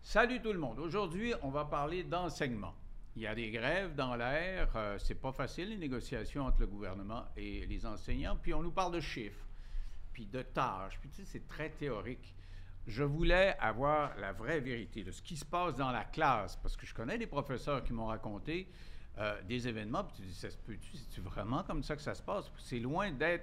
Salut tout le monde. Aujourd'hui, on va parler d'enseignement. Il y a des grèves dans l'air. C'est pas facile, les négociations entre le gouvernement et les enseignants. Puis on nous parle de chiffres, puis de tâches. Puis tu sais, c'est très théorique. Je voulais avoir la vraie vérité de ce qui se passe dans la classe, parce que je connais des professeurs qui m'ont raconté des événements, puis tu dis, ça se peut-tu, c'est-tu vraiment comme ça que ça se passe? C'est loin d'être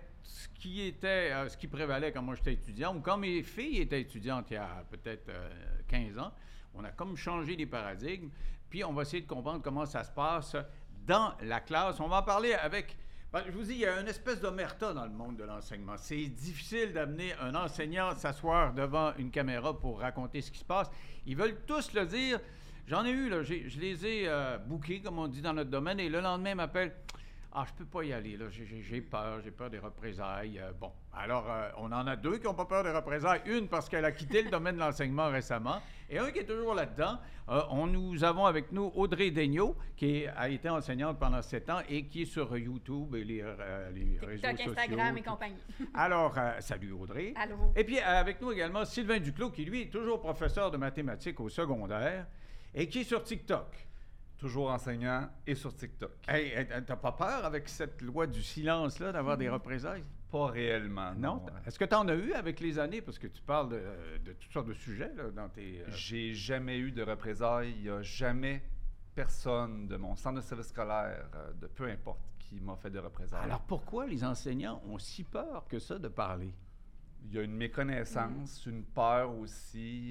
ce qui prévalait quand moi j'étais étudiant, ou quand mes filles étaient étudiantes il y a peut-être 15 ans. On a comme changé les paradigmes, puis on va essayer de comprendre comment ça se passe dans la classe. On va en parler avec... Je vous dis, il y a une espèce d'omerta dans le monde de l'enseignement. C'est difficile d'amener un enseignant s'asseoir devant une caméra pour raconter ce qui se passe. Ils veulent tous le dire. J'en ai eu, là, je les ai bookés, comme on dit dans notre domaine, et le lendemain, ils m'appellent. Ah, je peux pas y aller, là, j'ai peur des représailles. Bon, alors, on en a deux qui n'ont pas peur des représailles. Une parce qu'elle a quitté le domaine de l'enseignement récemment, et un qui est toujours là-dedans. Nous avons avec nous Audrey Daigneault, qui a été enseignante pendant 7 ans et qui est sur YouTube et les réseaux sociaux. Instagram et compagnie. Alors, salut Audrey. Allô. Et puis, avec nous également Sylvain Duclos, qui lui est toujours professeur de mathématiques au secondaire et qui est sur TikTok. Toujours enseignant et sur TikTok. Hey, t'as pas peur avec cette loi du silence, là, d'avoir des représailles? Pas réellement, non. Est-ce que tu en as eu avec les années? Parce que tu parles de toutes sortes de sujets là, dans tes... J'ai jamais eu de représailles. Il n'y a jamais personne de mon centre de service scolaire, de peu importe, qui m'a fait de représailles. Alors pourquoi les enseignants ont si peur que ça de parler? Il y a une méconnaissance, une peur aussi.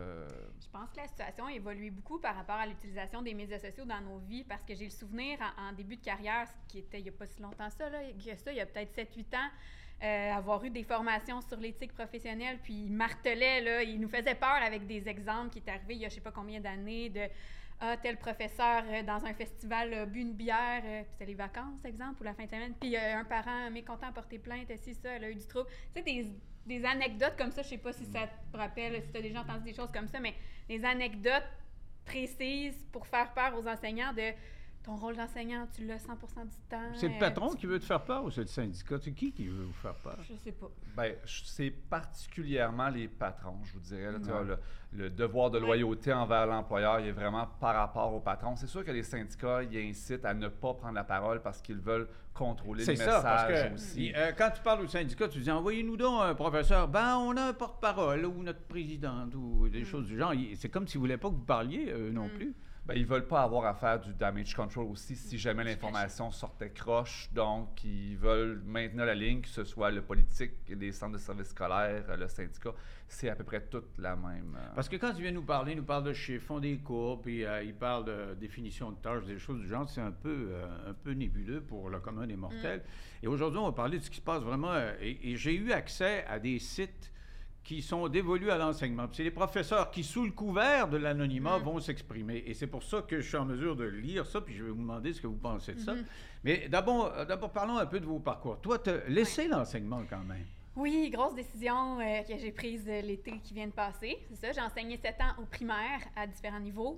Je pense que la situation a évolué beaucoup par rapport à l'utilisation des médias sociaux dans nos vies, parce que j'ai le souvenir, en début de carrière, ce qui était il n'y a pas si longtemps il y a peut-être 7-8 ans, avoir eu des formations sur l'éthique professionnelle, puis ils martelaient, là, ils nous faisaient peur avec des exemples qui étaient arrivés il y a je ne sais pas combien d'années, de tel professeur dans un festival a bu une bière, puis c'était les vacances, exemple, ou la fin de semaine, puis un parent mécontent a porté plainte, elle a eu du trouble. Tu sais, des anecdotes comme ça, je sais pas si ça te rappelle, si tu as déjà entendu des choses comme ça, mais des anecdotes précises pour faire peur aux enseignants de ton rôle d'enseignant, tu l'as 100% du temps. C'est le patron qui veut te faire peur ou c'est le syndicat? C'est qui veut vous faire peur? Je sais pas. Bien, c'est particulièrement les patrons, je vous dirais. Là, tu vois, le devoir de loyauté envers l'employeur, il est vraiment par rapport au patron. C'est sûr que les syndicats, ils incitent à ne pas prendre la parole parce qu'ils veulent contrôler le message parce que, aussi. Quand tu parles au syndicat, tu dis « Envoyez-nous donc un professeur. » Ben, on a un porte-parole ou notre présidente ou des choses du genre. C'est comme s'ils ne voulaient pas que vous parliez, eux non plus. Ben, ils ne veulent pas avoir à faire du damage control aussi si jamais l'information sortait croche. Donc, ils veulent maintenir la ligne, que ce soit le politique, les centres de services scolaires, le syndicat. C'est à peu près toute la même. Parce que quand tu viens nous parler, de chiffres, font des cours, puis ils parlent de définition de tâches, des choses du genre, c'est un peu nébuleux pour le commun des mortels. Et aujourd'hui, on va parler de ce qui se passe vraiment. Et j'ai eu accès à des sites qui sont dévolus à l'enseignement. Puis c'est les professeurs qui, sous le couvert de l'anonymat, vont s'exprimer. Et c'est pour ça que je suis en mesure de lire ça, puis je vais vous demander ce que vous pensez de ça. Mais d'abord, parlons un peu de vos parcours. Toi, tu as laissé l'enseignement quand même. Oui, grosse décision que j'ai prise l'été qui vient de passer. C'est ça, j'ai enseigné 7 ans au primaire à différents niveaux,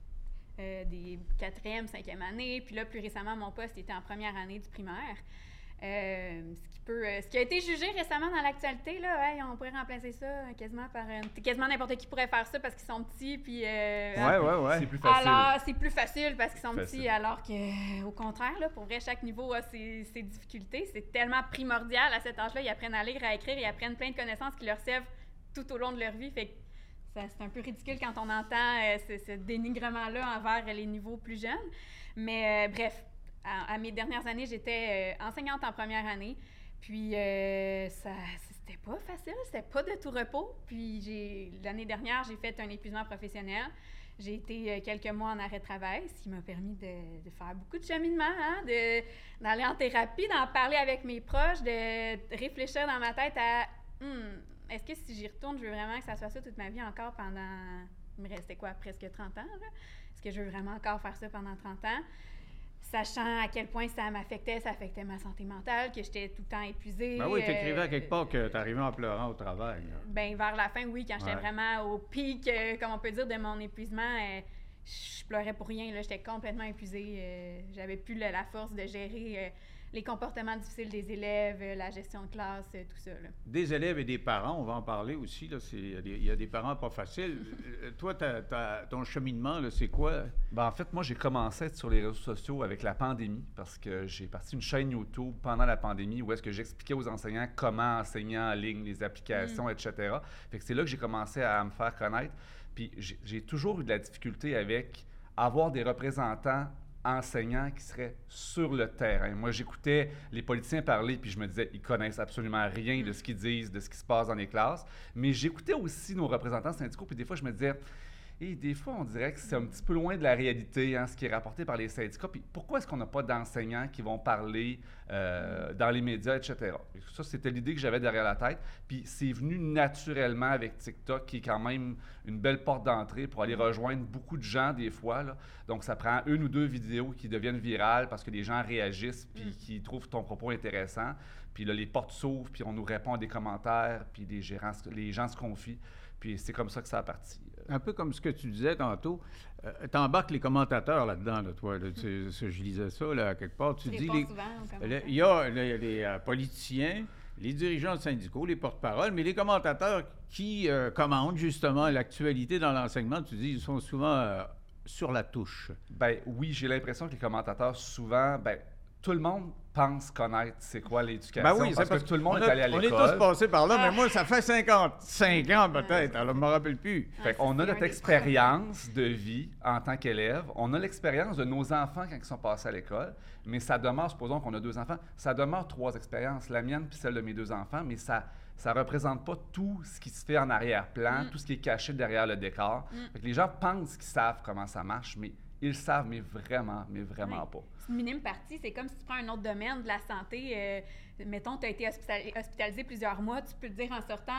des 4e, 5e année. Puis là, plus récemment, mon poste était en première année du primaire. Ce qui a été jugé récemment dans l'actualité, là, on pourrait remplacer ça quasiment par... quasiment n'importe qui pourrait faire ça parce qu'ils sont petits, puis... Ouais. C'est plus facile. Alors, c'est plus facile parce qu'ils sont petits, alors qu'au contraire, là, pour vrai, chaque niveau a ses difficultés. C'est tellement primordial à cet âge-là. Ils apprennent à lire, à écrire, ils apprennent plein de connaissances qui leur servent tout au long de leur vie. Fait que c'est un peu ridicule quand on entend ce dénigrement-là envers les niveaux plus jeunes. Mais bref, à mes dernières années, j'étais enseignante en première année. Puis, c'était pas facile, c'était pas de tout repos. Puis, l'année dernière, j'ai fait un épuisement professionnel. J'ai été quelques mois en arrêt de travail, ce qui m'a permis de faire beaucoup de cheminement, d'aller en thérapie, d'en parler avec mes proches, de réfléchir dans ma tête à est-ce que si j'y retourne, je veux vraiment que ça soit ça toute ma vie encore pendant... Il me restait quoi, presque 30 ans, là? Est-ce que je veux vraiment encore faire ça pendant 30 ans? Sachant à quel point ça affectait ma santé mentale, que j'étais tout le temps épuisée. Ben oui, t'écrivais à quelque part que t'arrivais en pleurant au travail. Ben vers la fin, oui, quand j'étais vraiment au pic, comme on peut dire, de mon épuisement, je pleurais pour rien, là, j'étais complètement épuisée. J'avais plus la force de gérer les comportements difficiles des élèves, la gestion de classe, tout ça. Là. Des élèves et des parents, on va en parler aussi. Là, il y a des parents pas faciles. Toi, ton cheminement, là, c'est quoi? Ben, en fait, moi, j'ai commencé à être sur les réseaux sociaux avec la pandémie parce que j'ai parti une chaîne YouTube pendant la pandémie où est-ce que j'expliquais aux enseignants comment enseigner en ligne, les applications, etc. Fait que c'est là que j'ai commencé à me faire connaître. Puis j'ai toujours eu de la difficulté avec avoir des représentants enseignants qui seraient sur le terrain. Moi, j'écoutais les politiciens parler, puis je me disais, ils connaissent absolument rien de ce qu'ils disent, de ce qui se passe dans les classes. Mais j'écoutais aussi nos représentants syndicaux, puis des fois, je me disais, et des fois, on dirait que c'est un petit peu loin de la réalité, ce qui est rapporté par les syndicats. Puis pourquoi est-ce qu'on n'a pas d'enseignants qui vont parler dans les médias, etc. Et ça, c'était l'idée que j'avais derrière la tête. Puis c'est venu naturellement avec TikTok, qui est quand même une belle porte d'entrée pour aller rejoindre beaucoup de gens des fois. Là. Donc, ça prend 1 ou 2 vidéos qui deviennent virales parce que les gens réagissent puis qui trouvent ton propos intéressant. Puis là, les portes s'ouvrent, puis on nous répond à des commentaires, puis les gens se confient. Puis c'est comme ça que ça a parti. Un peu comme ce que tu disais tantôt, t'embarques les commentateurs là-dedans, là, toi. Là, je lisais ça, là, quelque part. Tu dis, il y a les politiciens, les dirigeants syndicaux, les porte-paroles, mais les commentateurs qui commentent justement l'actualité dans l'enseignement, tu dis, ils sont souvent sur la touche. Ben oui, j'ai l'impression que les commentateurs, souvent, tout le monde pense connaître c'est quoi l'éducation. Ben oui, parce que tout le monde est allé à l'école. On est tous passés par là, mais moi, ça fait 55 ans peut-être, alors je ne me rappelle plus. Fait qu'on a notre expérience de vie en tant qu'élève, on a l'expérience de nos enfants quand ils sont passés à l'école, mais ça demeure, supposons qu'on a 2 enfants, ça demeure 3 expériences, la mienne puis celle de mes 2 enfants, mais ça ne représente pas tout ce qui se fait en arrière-plan, tout ce qui est caché derrière le décor. Fait que les gens pensent qu'ils savent comment ça marche, mais ils le savent, mais vraiment pas. C'est une minime partie. C'est comme si tu prends un autre domaine de la santé. Mettons, tu as été hospitalisé plusieurs mois. Tu peux te dire en sortant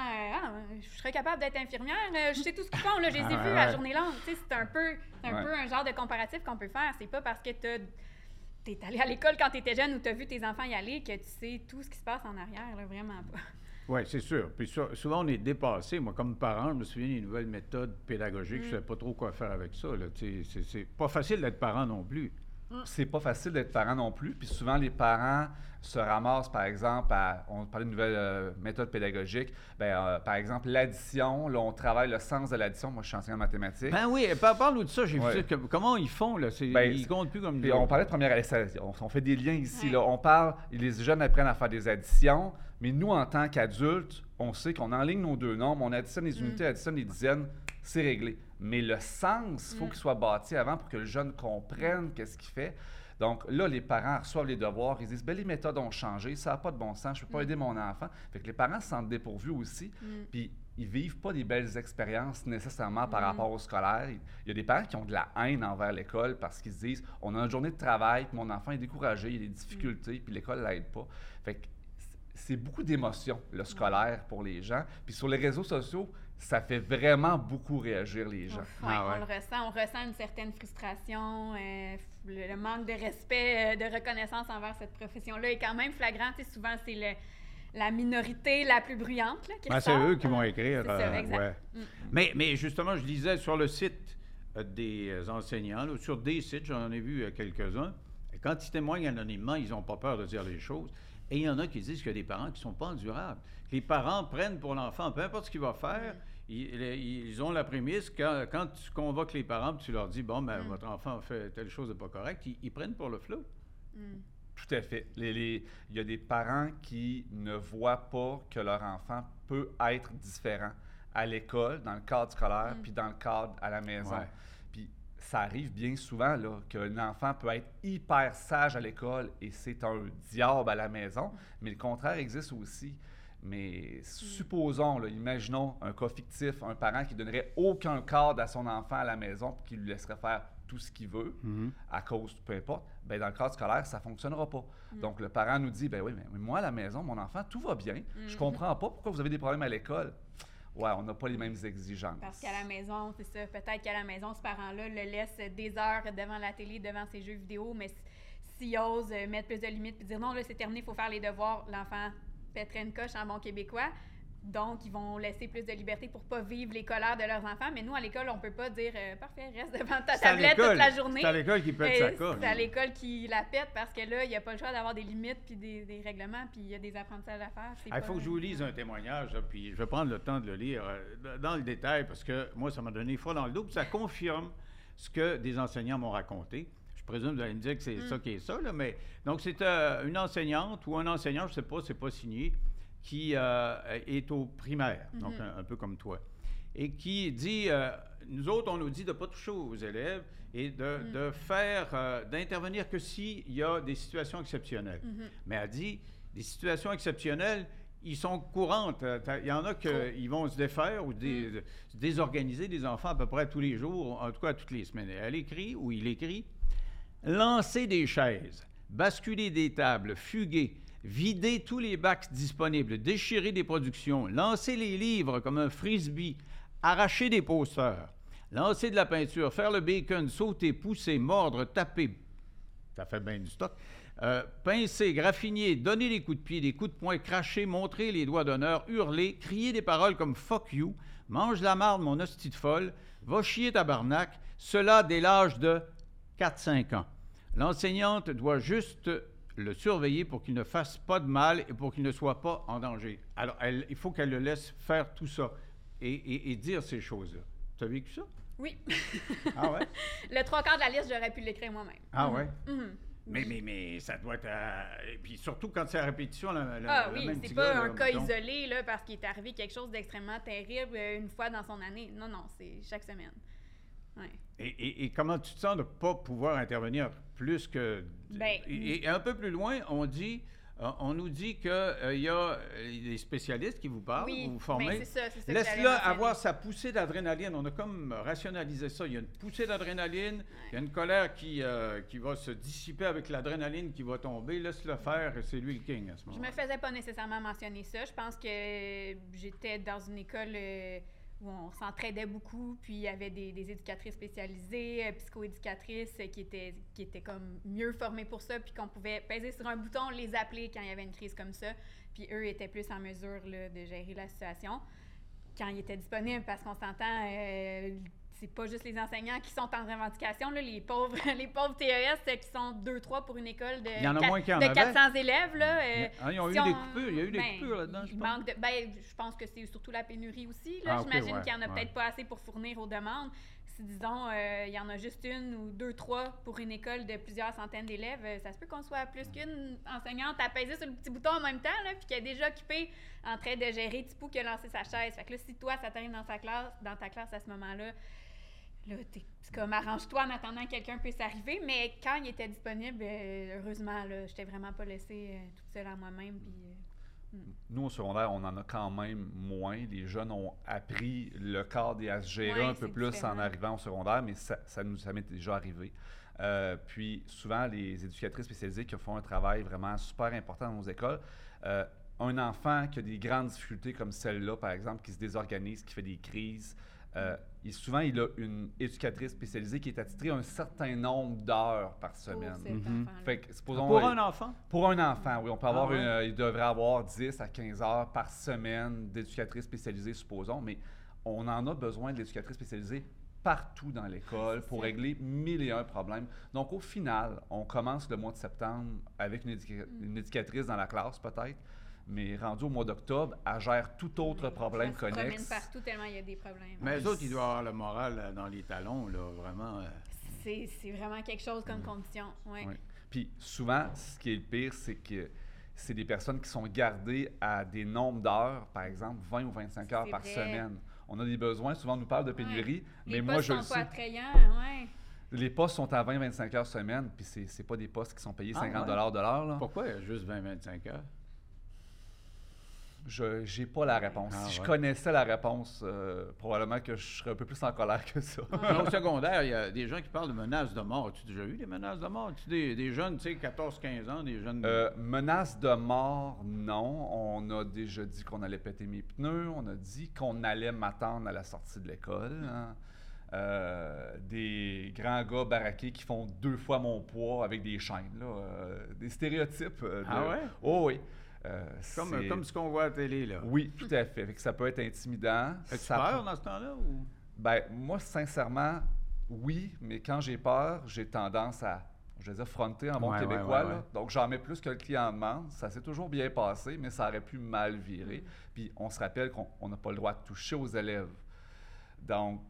je serais capable d'être infirmière. Je sais tout ce qu'ils font. Là, je les ai vus à journée longue. Tu sais, c'est un peu un genre de comparatif qu'on peut faire. C'est pas parce que tu es allé à l'école quand tu étais jeune ou tu as vu tes enfants y aller que tu sais tout ce qui se passe en arrière. Là, vraiment pas. Oui, c'est sûr. Puis souvent, on est dépassé. Moi, comme parent, je me souviens des nouvelles méthodes pédagogiques. Je ne savais pas trop quoi faire avec ça. Là. C'est pas facile d'être parent non plus. C'est pas facile d'être parent non plus. Puis souvent, les parents se ramassent, par exemple, on parlait de nouvelles méthodes pédagogiques. Par exemple, l'addition. Là, on travaille le sens de l'addition. Moi, je suis enseignant en mathématiques. Ben oui, parle-nous de ça. J'ai vu ça. Comment ils font, là? Ils comptent plus comme... On parlait de première addition. On fait des liens ici. Là. On parle... Les jeunes apprennent à faire des additions. Mais nous, en tant qu'adultes, on sait qu'on enligne nos 2 nombres, on additionne les unités, additionne les dizaines, c'est réglé. Mais le sens, il faut qu'il soit bâti avant pour que le jeune comprenne qu'est-ce qu'il fait. Donc là, les parents reçoivent les devoirs, ils disent « les méthodes ont changé, ça n'a pas de bon sens, je ne peux pas aider mon enfant. » Fait que les parents se sentent dépourvus aussi, puis ils ne vivent pas des belles expériences nécessairement par rapport au scolaire. Il y a des parents qui ont de la haine envers l'école parce qu'ils se disent « on a une journée de travail, puis mon enfant est découragé, il a des difficultés, puis l'école ne l'aide pas. » Fait que c'est beaucoup d'émotions, le scolaire, pour les gens. Puis sur les réseaux sociaux, ça fait vraiment beaucoup réagir les gens. On ressent une certaine frustration, le manque de respect, de reconnaissance envers cette profession-là est quand même flagrant. Tu sais, souvent, c'est la minorité la plus bruyante là, qui ressort. C'est eux qui vont écrire. C'est ça, exact. Mais justement, je disais sur le site des enseignants, là, sur des sites, j'en ai vu quelques-uns, quand ils témoignent anonymement, ils n'ont pas peur de dire les choses. Et il y en a qui disent qu'il y a des parents qui ne sont pas endurables. Les parents prennent pour l'enfant, peu importe ce qu'il va faire, ils ont la prémisse, quand tu convoques les parents et tu leur dis, votre enfant fait telle chose de pas correcte, ils prennent pour le flot. Tout à fait. Il y a des parents qui ne voient pas que leur enfant peut être différent à l'école, dans le cadre scolaire, puis dans le cadre à la maison. Ouais. Puis ça arrive bien souvent là, qu'un enfant peut être hyper sage à l'école et c'est un diable à la maison, mais le contraire existe aussi. Mais supposons, là, imaginons un cas fictif, un parent qui donnerait aucun cadre à son enfant à la maison et qui lui laisserait faire tout ce qu'il veut à cause, peu importe, dans le cadre scolaire, ça ne fonctionnera pas. Donc le parent nous dit, oui, mais moi à la maison, mon enfant, tout va bien. Je ne comprends pas pourquoi vous avez des problèmes à l'école. Ouais, on n'a pas les mêmes exigences. Parce qu'à la maison, c'est ça. Peut-être qu'à la maison, ce parent-là le laisse des heures devant la télé, devant ses jeux vidéo, mais s'il ose mettre plus de limites et dire non, là, c'est terminé, il faut faire les devoirs, l'enfant pèterait une coche en bon québécois. Donc, ils vont laisser plus de liberté pour pas vivre les colères de leurs enfants. Mais nous, à l'école, on peut pas dire parfait, reste devant ta tablette toute la journée. C'est à l'école qui pète sa coche. C'est à l'école qui la pète parce que là, il n'y a pas le choix d'avoir des limites puis des règlements, puis il y a des apprentissages à faire. Il faut que je vous lise un témoignage, là, puis je vais prendre le temps de le lire dans le détail parce que moi, ça m'a donné froid dans le dos, puis ça confirme ce que des enseignants m'ont raconté. Je présume que vous allez me dire que c'est ça qui est ça, là, mais donc c'est une enseignante ou un enseignant, je ne sais pas, c'est pas signé, qui est au primaire, donc un peu comme toi, et qui dit, nous autres, on nous dit de ne pas toucher aux élèves et de faire, d'intervenir que s'il y a des situations exceptionnelles. Mais elle dit, des situations exceptionnelles, ils sont courantes. Il y en a qui vont se défaire ou se désorganiser des enfants à peu près tous les jours, en tout cas toutes les semaines. Elle écrit, ou il écrit, « Lancer des chaises, basculer des tables, fuguer, vider tous les bacs disponibles, déchirer des productions, lancer les livres comme un frisbee, arracher des posters, lancer de la peinture, faire le bacon, sauter, pousser, mordre, taper, ça fait bien du stock, pincer, graffiner, donner des coups de pied, des coups de poing, cracher, montrer les doigts d'honneur, hurler, crier des paroles comme « fuck you »,« mange la marde, mon hostie de folle »,« va chier tabarnak », cela dès l'âge de 4-5 ans. L'enseignante doit juste le surveiller pour qu'il ne fasse pas de mal et pour qu'il ne soit pas en danger. Alors, il faut qu'elle le laisse faire tout ça et dire ces choses-là. Tu as vécu ça? Oui. Ah ouais? Le 3/4 de la liste, j'aurais pu l'écrire moi-même. Ah ouais? Mais ça doit être... Et puis surtout quand c'est à répétition, le même c'est petit pas gars, un là, cas mettons. isolé là, parce qu'il est arrivé quelque chose d'extrêmement terrible une fois dans son année. Non, c'est chaque semaine. Ouais. Et comment tu te sens de ne pas pouvoir intervenir plus que... Et un peu plus loin, on nous dit qu'il y a des spécialistes qui vous parlent, vous vous formez. Mais c'est ça Laisse-le avoir sa poussée d'adrénaline. On a comme rationalisé ça. Il y a une poussée d'adrénaline, il y a une colère qui va se dissiper avec l'adrénaline qui va tomber. Laisse-le faire et c'est lui le king à ce moment-là. Je me faisais pas nécessairement mentionner ça. Je pense que j'étais dans une école... où on s'entraidait beaucoup, puis il y avait des éducatrices spécialisées, psychoéducatrices qui étaient comme mieux formées pour ça, puis qu'on pouvait peser sur un bouton, les appeler quand il y avait une crise comme ça, puis eux étaient plus en mesure là, de gérer la situation quand ils étaient disponibles, parce qu'on s'entend, c'est pas juste les enseignants qui sont en revendication, là, les pauvres TES qui sont 2-3 pour une école de, il y en a moins qu'il y en avait. 400 élèves. Là, ils ont eu des coupures. Il y a eu des coupures là-dedans, je pense. Je pense que c'est surtout la pénurie aussi. Là. J'imagine qu'il n'y en a peut-être pas assez pour fournir aux demandes. Si, disons, il y en a juste une ou 2-3 pour une école de plusieurs centaines d'élèves, ça se peut qu'on soit plus qu'une enseignante à peser sur le petit bouton en même temps, là, puis qui est déjà occupée en train de gérer Tipou qui a lancé sa chaise. Fait que là, si toi, ça t'arrive dans ta classe à ce moment-là, là, c'est comme arrange-toi en attendant que quelqu'un puisse arriver. Mais quand il était disponible, heureusement, là, je t'ai vraiment pas laissée toute seule à moi-même. Puis, Nous, au secondaire, on en a quand même moins. Les jeunes ont appris le cadre et à se gérer un peu plus différent en arrivant au secondaire, mais ça m'est déjà arrivé. Puis souvent, les éducatrices spécialisées qui font un travail vraiment super important dans nos écoles, un enfant qui a des grandes difficultés comme celle-là, par exemple, qui se désorganise, qui fait des crises, souvent, il a une éducatrice spécialisée qui est attitrée un certain nombre d'heures par semaine. Fait que, pour un enfant? Pour un enfant, oui. On peut avoir il devrait avoir 10 à 15 heures par semaine d'éducatrice spécialisée, supposons, mais on en a besoin de l'éducatrice spécialisée partout dans l'école pour régler 1001 problèmes. Donc, au final, on commence le mois de septembre avec une éducatrice dans la classe, peut-être, mais rendu au mois d'octobre, elle gère tout autre problème connexe. Ça se promène partout tellement il y a des problèmes. Mais eux autres, ils doivent avoir le moral dans les talons, là, vraiment. C'est vraiment quelque chose comme condition, oui. Puis souvent, ce qui est le pire, c'est que c'est des personnes qui sont gardées à des nombres d'heures, par exemple 20 ou 25 heures par semaine. On a des besoins, souvent on nous parle de pénurie, mais moi je le sais. Les postes sont pas attrayants, Les postes sont à 20-25 heures semaine, puis c'est pas des postes qui sont payés 50 $ de l'heure. Là. Pourquoi il y a juste 20-25 heures? Je n'ai pas la réponse. Si je connaissais la réponse, probablement que je serais un peu plus en colère que ça. Au secondaire, il y a des gens qui parlent de menaces de mort. As-tu déjà eu des menaces de mort? As-tu des jeunes, tu sais, 14-15 ans, des jeunes... Menaces de mort, non. On a déjà dit qu'on allait péter mes pneus. On a dit qu'on allait m'attendre à la sortie de l'école. Hein. Des grands gars baraqués qui font 2 fois mon poids avec des chaînes. Là, des stéréotypes. Ah ouais? Oh oui. Comme ce qu'on voit à la télé, là. Oui, tout à fait. Fait que ça peut être intimidant. As-tu peur dans ce temps-là? Ou? Ben, moi, sincèrement, oui, mais quand j'ai peur, j'ai tendance à, je vais dire, fronter en bon québécois. Là. Donc, j'en mets plus que le client demande. Ça s'est toujours bien passé, mais ça aurait pu mal virer. Puis, on se rappelle qu'on n'a pas le droit de toucher aux élèves. Donc,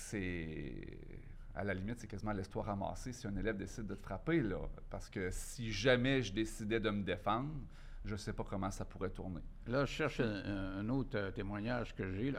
à la limite, c'est quasiment laisse-toi ramasser si un élève décide de te frapper, là. Parce que si jamais je décidais de me défendre, je ne sais pas comment ça pourrait tourner. Là, je cherche un autre témoignage que j'ai.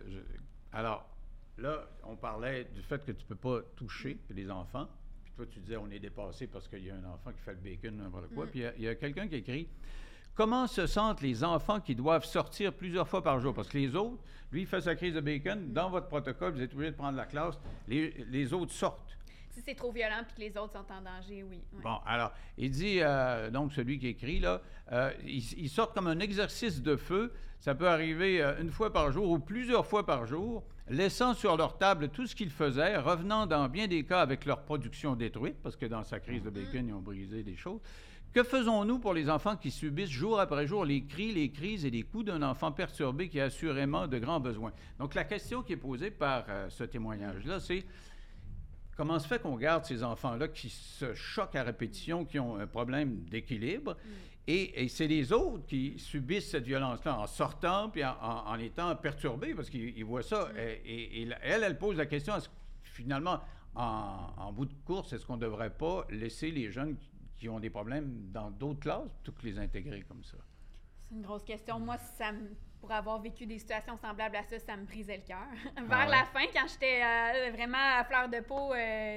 Alors, là, on parlait du fait que tu ne peux pas toucher les enfants. Puis toi, tu disais, on est dépassé parce qu'il y a un enfant qui fait le bacon, n'importe quoi. Puis il y a quelqu'un qui écrit... Comment se sentent les enfants qui doivent sortir plusieurs fois par jour? Parce que les autres, lui, il fait sa crise de bacon. Dans votre protocole, vous êtes obligé de prendre la classe. Les autres sortent. Si c'est trop violent puis que les autres sont en danger, oui. Ouais. Bon, alors, il dit, donc, celui qui écrit, là, ils sortent comme un exercice de feu. Ça peut arriver une fois par jour ou plusieurs fois par jour, laissant sur leur table tout ce qu'ils faisaient, revenant dans bien des cas avec leur production détruite, parce que dans sa crise de bacon, ils ont brisé des choses. Que faisons-nous pour les enfants qui subissent jour après jour les cris, les crises et les coups d'un enfant perturbé qui a assurément de grands besoins? Donc, la question qui est posée par ce témoignage-là, c'est comment se fait qu'on garde ces enfants-là qui se choquent à répétition, qui ont un problème d'équilibre, et c'est les autres qui subissent cette violence-là en sortant puis en étant perturbés parce qu'ils voient ça. Et elle pose la question, est-ce que, finalement, en bout de course, est-ce qu'on ne devrait pas laisser les jeunes qui ont des problèmes dans d'autres classes, plutôt que les intégrer comme ça? C'est une grosse question. Moi, pour avoir vécu des situations semblables à ça, ça me brisait le cœur. Vers la fin, quand j'étais vraiment à fleur de peau,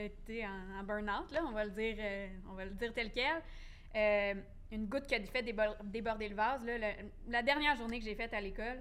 en burn-out, là, on va le dire tel quel, une goutte qui a fait déborder le vase. Là, la dernière journée que j'ai faite à l'école,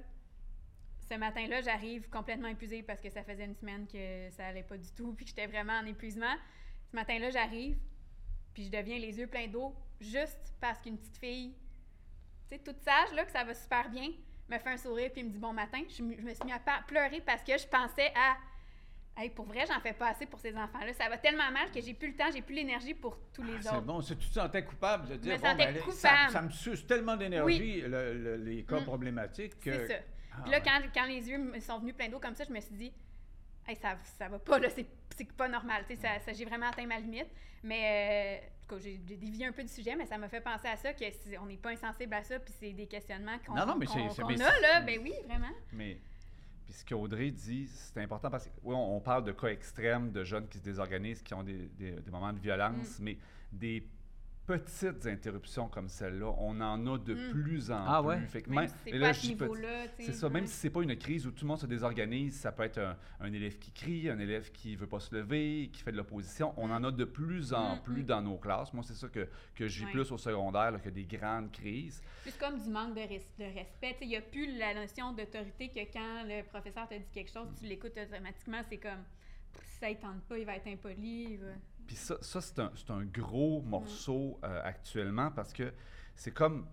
ce matin-là, j'arrive complètement épuisée parce que ça faisait une semaine que ça allait pas du tout puis que j'étais vraiment en épuisement. Ce matin-là, j'arrive, puis je deviens les yeux pleins d'eau juste parce qu'une petite fille, tu sais, toute sage, là, que ça va super bien, me fait un sourire puis me dit bon matin. Je me suis mis à pleurer parce que je pensais à hey, pour vrai, j'en fais pas assez pour ces enfants-là. Ça va tellement mal que j'ai plus le temps, j'ai plus l'énergie pour tous les autres. C'est bon, si tu te sentais coupable de dire ça me suce tellement d'énergie, les cas problématiques. C'est ça. Puis là, quand les yeux me sont venus pleins d'eau comme ça, je me suis dit hey, ça va pas, là, c'est pas normal. J'ai vraiment atteint ma limite. Mais en tout cas, j'ai dévié un peu du sujet, mais ça m'a fait penser à ça, qu'on n'est pas insensible à ça, puis c'est des questionnements qu'on a, là. Ben oui, vraiment. Mais puis ce qu'Audrey dit, c'est important parce que oui, on parle de cas extrêmes, de jeunes qui se désorganisent, qui ont des moments de violence, mais des petites interruptions comme celle-là, on en a de plus en plus. Fait que même si c'est pas à ce niveau-là. C'est ça, même si c'est pas une crise où tout le monde se désorganise, ça peut être un élève qui crie, un élève qui veut pas se lever, qui fait de l'opposition. On en a de plus en plus dans nos classes. Moi, c'est ça que je vis plus au secondaire là, que des grandes crises. Plus comme du manque de respect. Il n'y a plus la notion d'autorité que quand le professeur te dit quelque chose, tu l'écoutes automatiquement. C'est comme, si ça ne tente pas, il va être impoli. Puis ça c'est un gros morceau actuellement parce que c'est comme,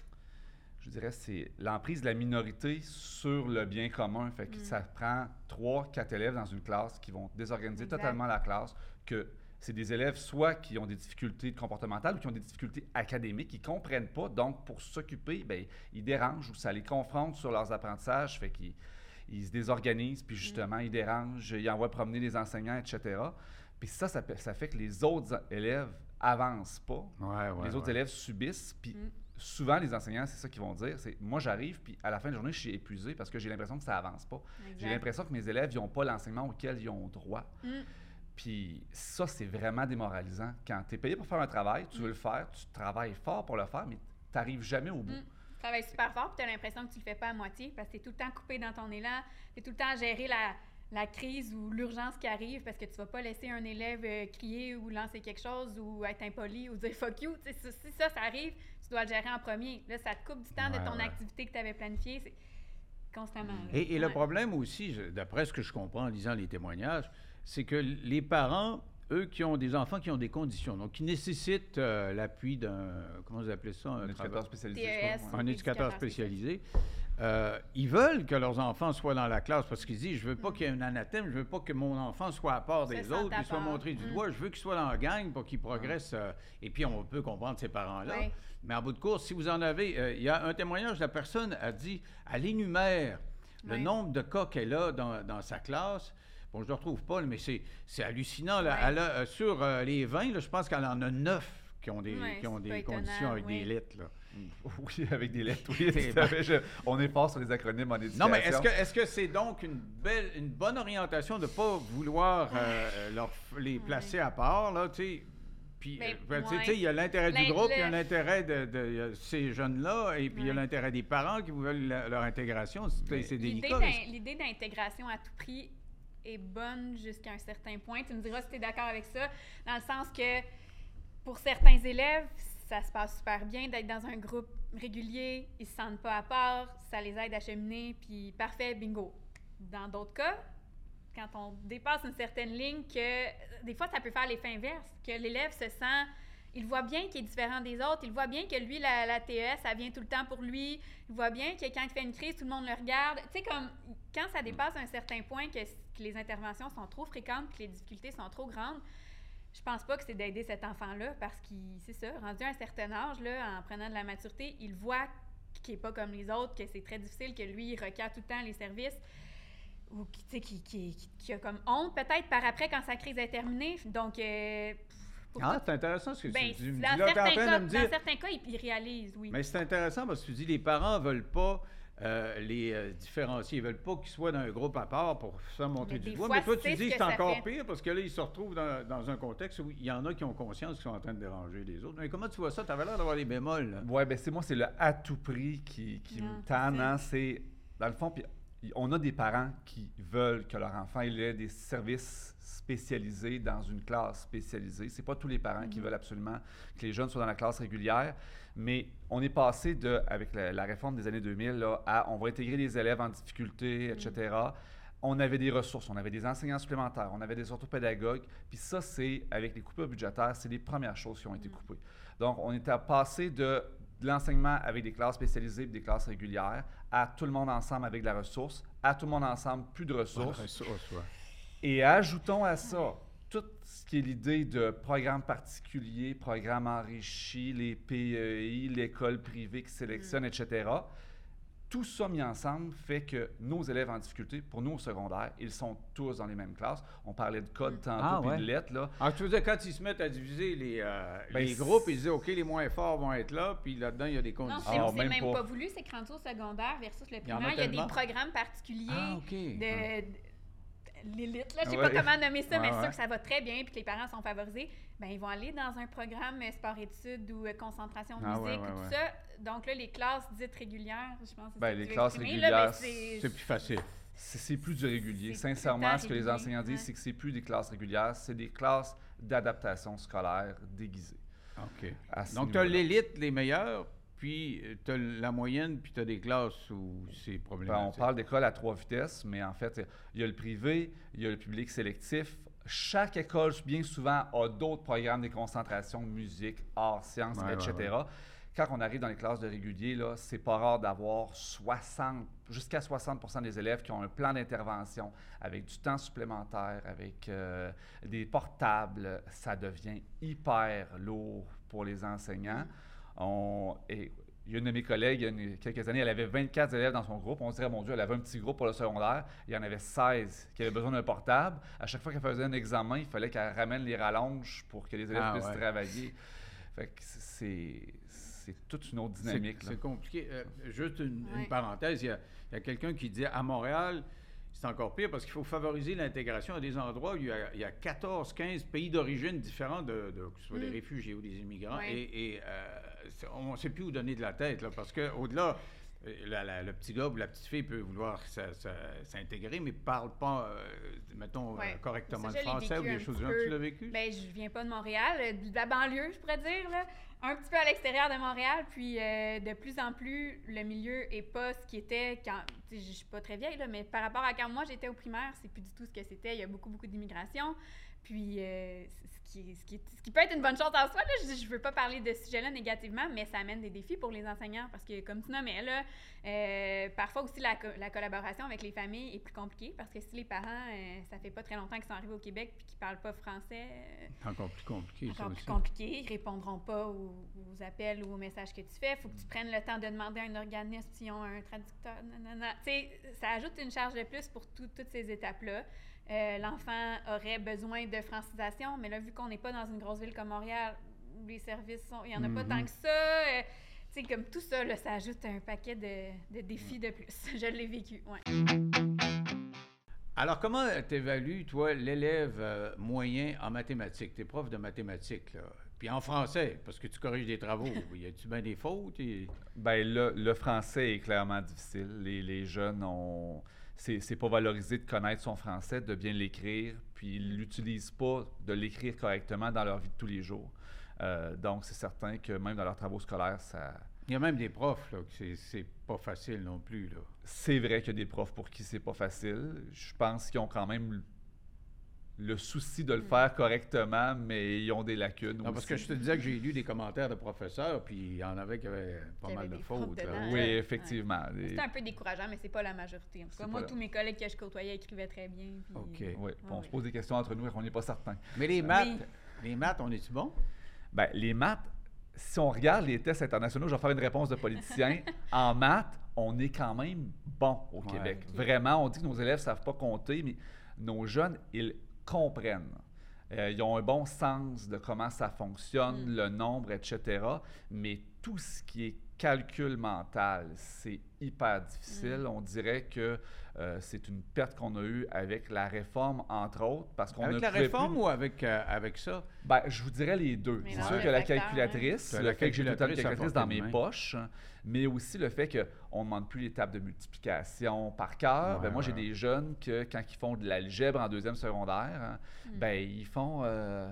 je dirais, c'est l'emprise de la minorité sur le bien commun. Fait que ça prend 3-4 élèves dans une classe qui vont désorganiser totalement la classe, que c'est des élèves soit qui ont des difficultés comportementales ou qui ont des difficultés académiques, ils ne comprennent pas, donc pour s'occuper, bien, ils dérangent ou ça les confronte sur leurs apprentissages, fait qu'ils se désorganisent, puis justement, ils dérangent, ils envoient promener les enseignants, etc. Puis ça fait que les autres élèves avancent pas. Les autres élèves subissent. Puis souvent, les enseignants, c'est ça qu'ils vont dire. C'est moi, j'arrive, puis à la fin de la journée, je suis épuisé parce que j'ai l'impression que ça avance pas. Exact. J'ai l'impression que mes élèves, ils n'ont pas l'enseignement auquel ils ont droit. Puis ça, c'est vraiment démoralisant. Quand tu es payé pour faire un travail, tu veux le faire, tu travailles fort pour le faire, mais tu n'arrives jamais au bout. Tu travailles super fort, puis tu as l'impression que tu le fais pas à moitié parce que tu es tout le temps coupé dans ton élan. Tu es tout le temps à gérer la crise ou l'urgence qui arrive parce que tu vas pas laisser un élève crier ou lancer quelque chose ou être impoli ou dire « fuck you ». Si ça arrive, tu dois le gérer en premier. Là, ça te coupe du temps de ton activité que tu avais planifiée. C'est constamment. Et le problème aussi, d'après ce que je comprends en lisant les témoignages, c'est que les parents, eux, qui ont des enfants qui ont des conditions, donc qui nécessitent l'appui d'un, comment vous appelez ça? Un éducateur spécialisé. TES, un éducateur spécialisé. ils veulent que leurs enfants soient dans la classe parce qu'ils disent, je veux pas qu'il y ait un anathème, je veux pas que mon enfant soit à part des autres, qu'il soit montré du doigt, je veux qu'il soit dans la gang pour qu'il progresse. Et puis, on peut comprendre ces parents-là. Oui. Mais en bout de course, si vous en avez, il y a un témoignage, la personne a dit, elle énumère le nombre de cas qu'elle a dans sa classe. Bon, je ne le retrouve pas, mais c'est hallucinant. Là. Elle a, sur les 20, là, je pense qu'elle en a 9 qui ont des conditions avec des lettres. Là. Oui, avec des lettres, oui. On est fort sur les acronymes en éducation. Non, mais est-ce que c'est donc une bonne orientation de ne pas vouloir les placer à part, là, tu sais? Puis, il y a l'intérêt du groupe, il y a l'intérêt de ces jeunes-là, et puis il y a l'intérêt des parents qui veulent leur intégration. C'est délicat. L'idée d'intégration à tout prix est bonne jusqu'à un certain point. Tu me diras si tu es d'accord avec ça, dans le sens que pour certains élèves, ça se passe super bien d'être dans un groupe régulier, ils se sentent pas à part, ça les aide à cheminer, puis parfait, bingo. Dans d'autres cas, quand on dépasse une certaine ligne, que des fois, ça peut faire l'effet inverse, que l'élève se sent, il voit bien qu'il est différent des autres, il voit bien que lui, la TES, ça vient tout le temps pour lui, il voit bien que quand il fait une crise, tout le monde le regarde. Tu sais, comme quand ça dépasse un certain point, que les interventions sont trop fréquentes, que les difficultés sont trop grandes, je pense pas que c'est d'aider cet enfant-là parce c'est ça, rendu à un certain âge, là, en prenant de la maturité, il voit qu'il n'est pas comme les autres, que c'est très difficile, que lui, il requiert tout le temps les services, ou qui a comme honte peut-être par après quand sa crise est terminée. Donc, c'est intéressant ce que tu dis. Dans certains cas, ils réalisent, oui. Mais c'est intéressant parce que tu dis les parents ne veulent pas les différencier. Ils ne veulent pas qu'ils soient dans un groupe à part pour se faire montrer du doigt. Mais toi, tu dis que c'est encore pire parce que là, ils se retrouvent dans un contexte où il y en a qui ont conscience qu'ils sont en train de déranger les autres. Mais comment tu vois ça? Tu avais l'air d'avoir des bémols. Oui, bien, c'est le à tout prix qui me tanne. Hein? C'est, dans le fond, puis on a des parents qui veulent que leur enfant ait des services spécialisés dans une classe spécialisée. C'est pas tous les parents qui veulent absolument que les jeunes soient dans la classe régulière, mais on est passé avec la réforme des années 2000 là, à on va intégrer les élèves en difficulté, etc. On avait des ressources, on avait des enseignants supplémentaires, on avait des orthopédagogues, puis ça, c'est, avec les coupures budgétaires, c'est les premières choses qui ont été coupées. Donc, on était passé de l'enseignement avec des classes spécialisées et des classes régulières, à tout le monde ensemble avec de la ressource, à tout le monde ensemble, plus de ressources. Et ajoutons à ça tout ce qui est l'idée de programmes particuliers, programmes enrichis, les PEI, l'école privée qui sélectionne, etc. Tout ça mis ensemble fait que nos élèves en difficulté, pour nous au secondaire, ils sont tous dans les mêmes classes. On parlait de code tantôt, puis de lettres. Là. Alors, tu veux dire, quand ils se mettent à diviser les groupes, ils disent, OK, les moins forts vont être là, puis là-dedans, il y a des conditions. Non, c'est même pas voulu, c'est que rendu au secondaire versus le primaire, il y a des programmes particuliers l'élite, là, je sais pas comment nommer ça, mais c'est sûr que ça va très bien puis que les parents sont favorisés, bien, ils vont aller dans un programme sport-études ou concentration musique ou tout ça. Donc là, les classes dites régulières, je pense que les classes régulières, c'est plus facile. C'est plus du régulier. Sincèrement, ce que les enseignants disent, c'est que c'est plus des classes régulières, c'est des classes d'adaptation scolaire déguisées. OK. Donc, tu as l'élite, les meilleurs, puis tu as la moyenne, puis tu as des classes où c'est problématique. On parle d'école à 3 vitesses, mais en fait, il y a le privé, il y a le public sélectif. Chaque école, bien souvent, a d'autres programmes de concentration, musique, arts, sciences, etc. Quand on arrive dans les classes de régulier, là, c'est pas rare d'avoir jusqu'à 60% des élèves qui ont un plan d'intervention avec du temps supplémentaire, avec des portables. Ça devient hyper lourd pour les enseignants. Il y a une de mes collègues, il y a quelques années, elle avait 24 élèves dans son groupe. On se dirait, mon Dieu, elle avait un petit groupe pour le secondaire. Il y en avait 16 qui avaient besoin d'un portable. À chaque fois qu'elle faisait un examen, il fallait qu'elle ramène les rallonges pour que les élèves puissent travailler. Fait que c'est toute une autre dynamique. C'est compliqué. Juste une parenthèse, il y a quelqu'un qui dit à Montréal, c'est encore pire parce qu'il faut favoriser l'intégration à des endroits où il y a 14, 15 pays d'origine différents, que ce soit des réfugiés ou des immigrants. Et on ne sait plus où donner de la tête, là, parce qu'au-delà, le petit gars ou la petite fille peut vouloir s'intégrer, mais ne parle pas, correctement le français ou des choses genre. Tu l'as vécu? Bien, je viens pas de Montréal, de la banlieue, je pourrais dire, là. Un petit peu à l'extérieur de Montréal, puis de plus en plus, le milieu n'est pas ce qui était quand... Je ne suis pas très vieille, là, mais par rapport à quand moi j'étais au primaire, c'est plus du tout ce que c'était. Il y a beaucoup, beaucoup d'immigration. Puis, ce qui peut être une bonne chose en soi, là, je ne veux pas parler de ce sujet-là négativement, mais ça amène des défis pour les enseignants parce que, comme tu nommais, là, parfois aussi la collaboration avec les familles est plus compliquée parce que si les parents, ça fait pas très longtemps qu'ils sont arrivés au Québec puis qu'ils ne parlent pas français, encore plus compliqué, encore plus compliqué, ils ne répondront pas aux appels ou aux messages que tu fais. Il faut que tu prennes le temps de demander à un organisme s'ils ont un traducteur. Tu sais, ça ajoute une charge de plus pour toutes ces étapes-là. L'enfant aurait besoin de francisation, mais là, vu qu'on n'est pas dans une grosse ville comme Montréal, les services il n'y en a pas tant que ça. Tu sais, comme tout ça, là, ça ajoute un paquet de défis de plus. Je l'ai vécu, ouais. Alors, comment t'évalues, toi, l'élève moyen en mathématiques? T'es prof de mathématiques, là. Puis en français, parce que tu corriges des travaux. Y a-tu bien des fautes? Bien, le français est clairement difficile. Les jeunes ont... C'est pas valorisé de connaître son français, de bien l'écrire, puis ils l'utilisent pas de l'écrire correctement dans leur vie de tous les jours. Donc, c'est certain que même dans leurs travaux scolaires, ça... Il y a même des profs, là, que c'est pas facile non plus, là. C'est vrai qu'il y a des profs pour qui c'est pas facile. Je pense qu'ils ont quand même le souci de le faire correctement, mais ils ont des lacunes non, aussi. Parce que je te disais que j'ai lu des commentaires de professeurs, puis il y en avait qui avaient pas mal de fautes. Dedans, oui, effectivement. Ouais. C'est un peu décourageant, mais c'est pas la majorité. En tout cas, moi, tous mes collègues que je côtoyais écrivaient très bien. Puis... OK. Oui. On se pose des questions entre nous et on n'est pas certain. Mais les maths, on est-tu bon? Bien, les maths, si on regarde les tests internationaux, je vais faire une réponse de politicien. En maths, on est quand même bon au Québec. Okay. Vraiment, on dit que nos élèves ne savent pas compter, mais nos jeunes, ils comprennent. Ils ont un bon sens de comment ça fonctionne, le nombre, etc. Mais tout ce qui est calcul mental, c'est hyper difficile. On dirait que c'est une perte qu'on a eue avec la réforme, entre autres, parce qu'on avec la réforme ou avec ça? Ben, je vous dirais les deux. C'est sûr que la calculatrice, le fait que j'ai tout le temps une calculatrice dans mes poches, mais aussi le fait qu'on ne demande plus l'étape de multiplication par cœur. Ben, moi, j'ai des jeunes que, quand ils font de l'algèbre en deuxième secondaire, ben, ils font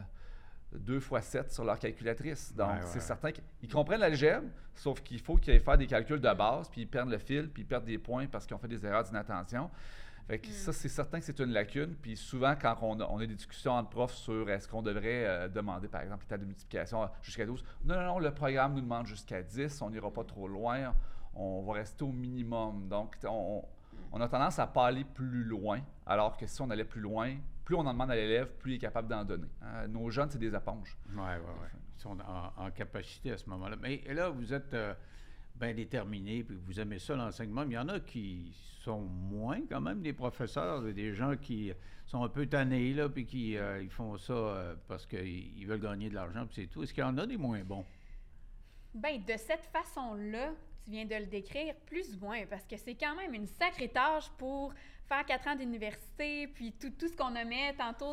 2 x 7 sur leur calculatrice. Donc, c'est certain qu'ils comprennent l'algèbre, sauf qu'il faut qu'ils aillent faire des calculs de base, puis ils perdent le fil, puis ils perdent des points parce qu'ils ont fait des erreurs d'inattention. Fait que ça, c'est certain que c'est une lacune. Puis souvent, quand on a des discussions entre profs sur est-ce qu'on devrait demander, par exemple, l'étape de multiplication jusqu'à 12, non, le programme nous demande jusqu'à 10, on n'ira pas trop loin, on va rester au minimum. Donc, on a tendance à ne pas aller plus loin, alors que si on allait plus loin, plus on en demande à l'élève, plus il est capable d'en donner. Nos jeunes, c'est des éponges. Oui. Ils sont en capacité à ce moment-là. Mais là, vous êtes bien déterminés, puis vous aimez ça, l'enseignement. Mais il y en a qui sont moins, quand même, des professeurs, des gens qui sont un peu tannés, là, puis qui ils font ça parce qu'ils veulent gagner de l'argent, puis c'est tout. Est-ce qu'il y en a des moins bons? Bien, de cette façon-là, tu viens de le décrire, plus ou moins, parce que c'est quand même une sacrée tâche pour faire 4 ans d'université, puis tout ce qu'on nommait tantôt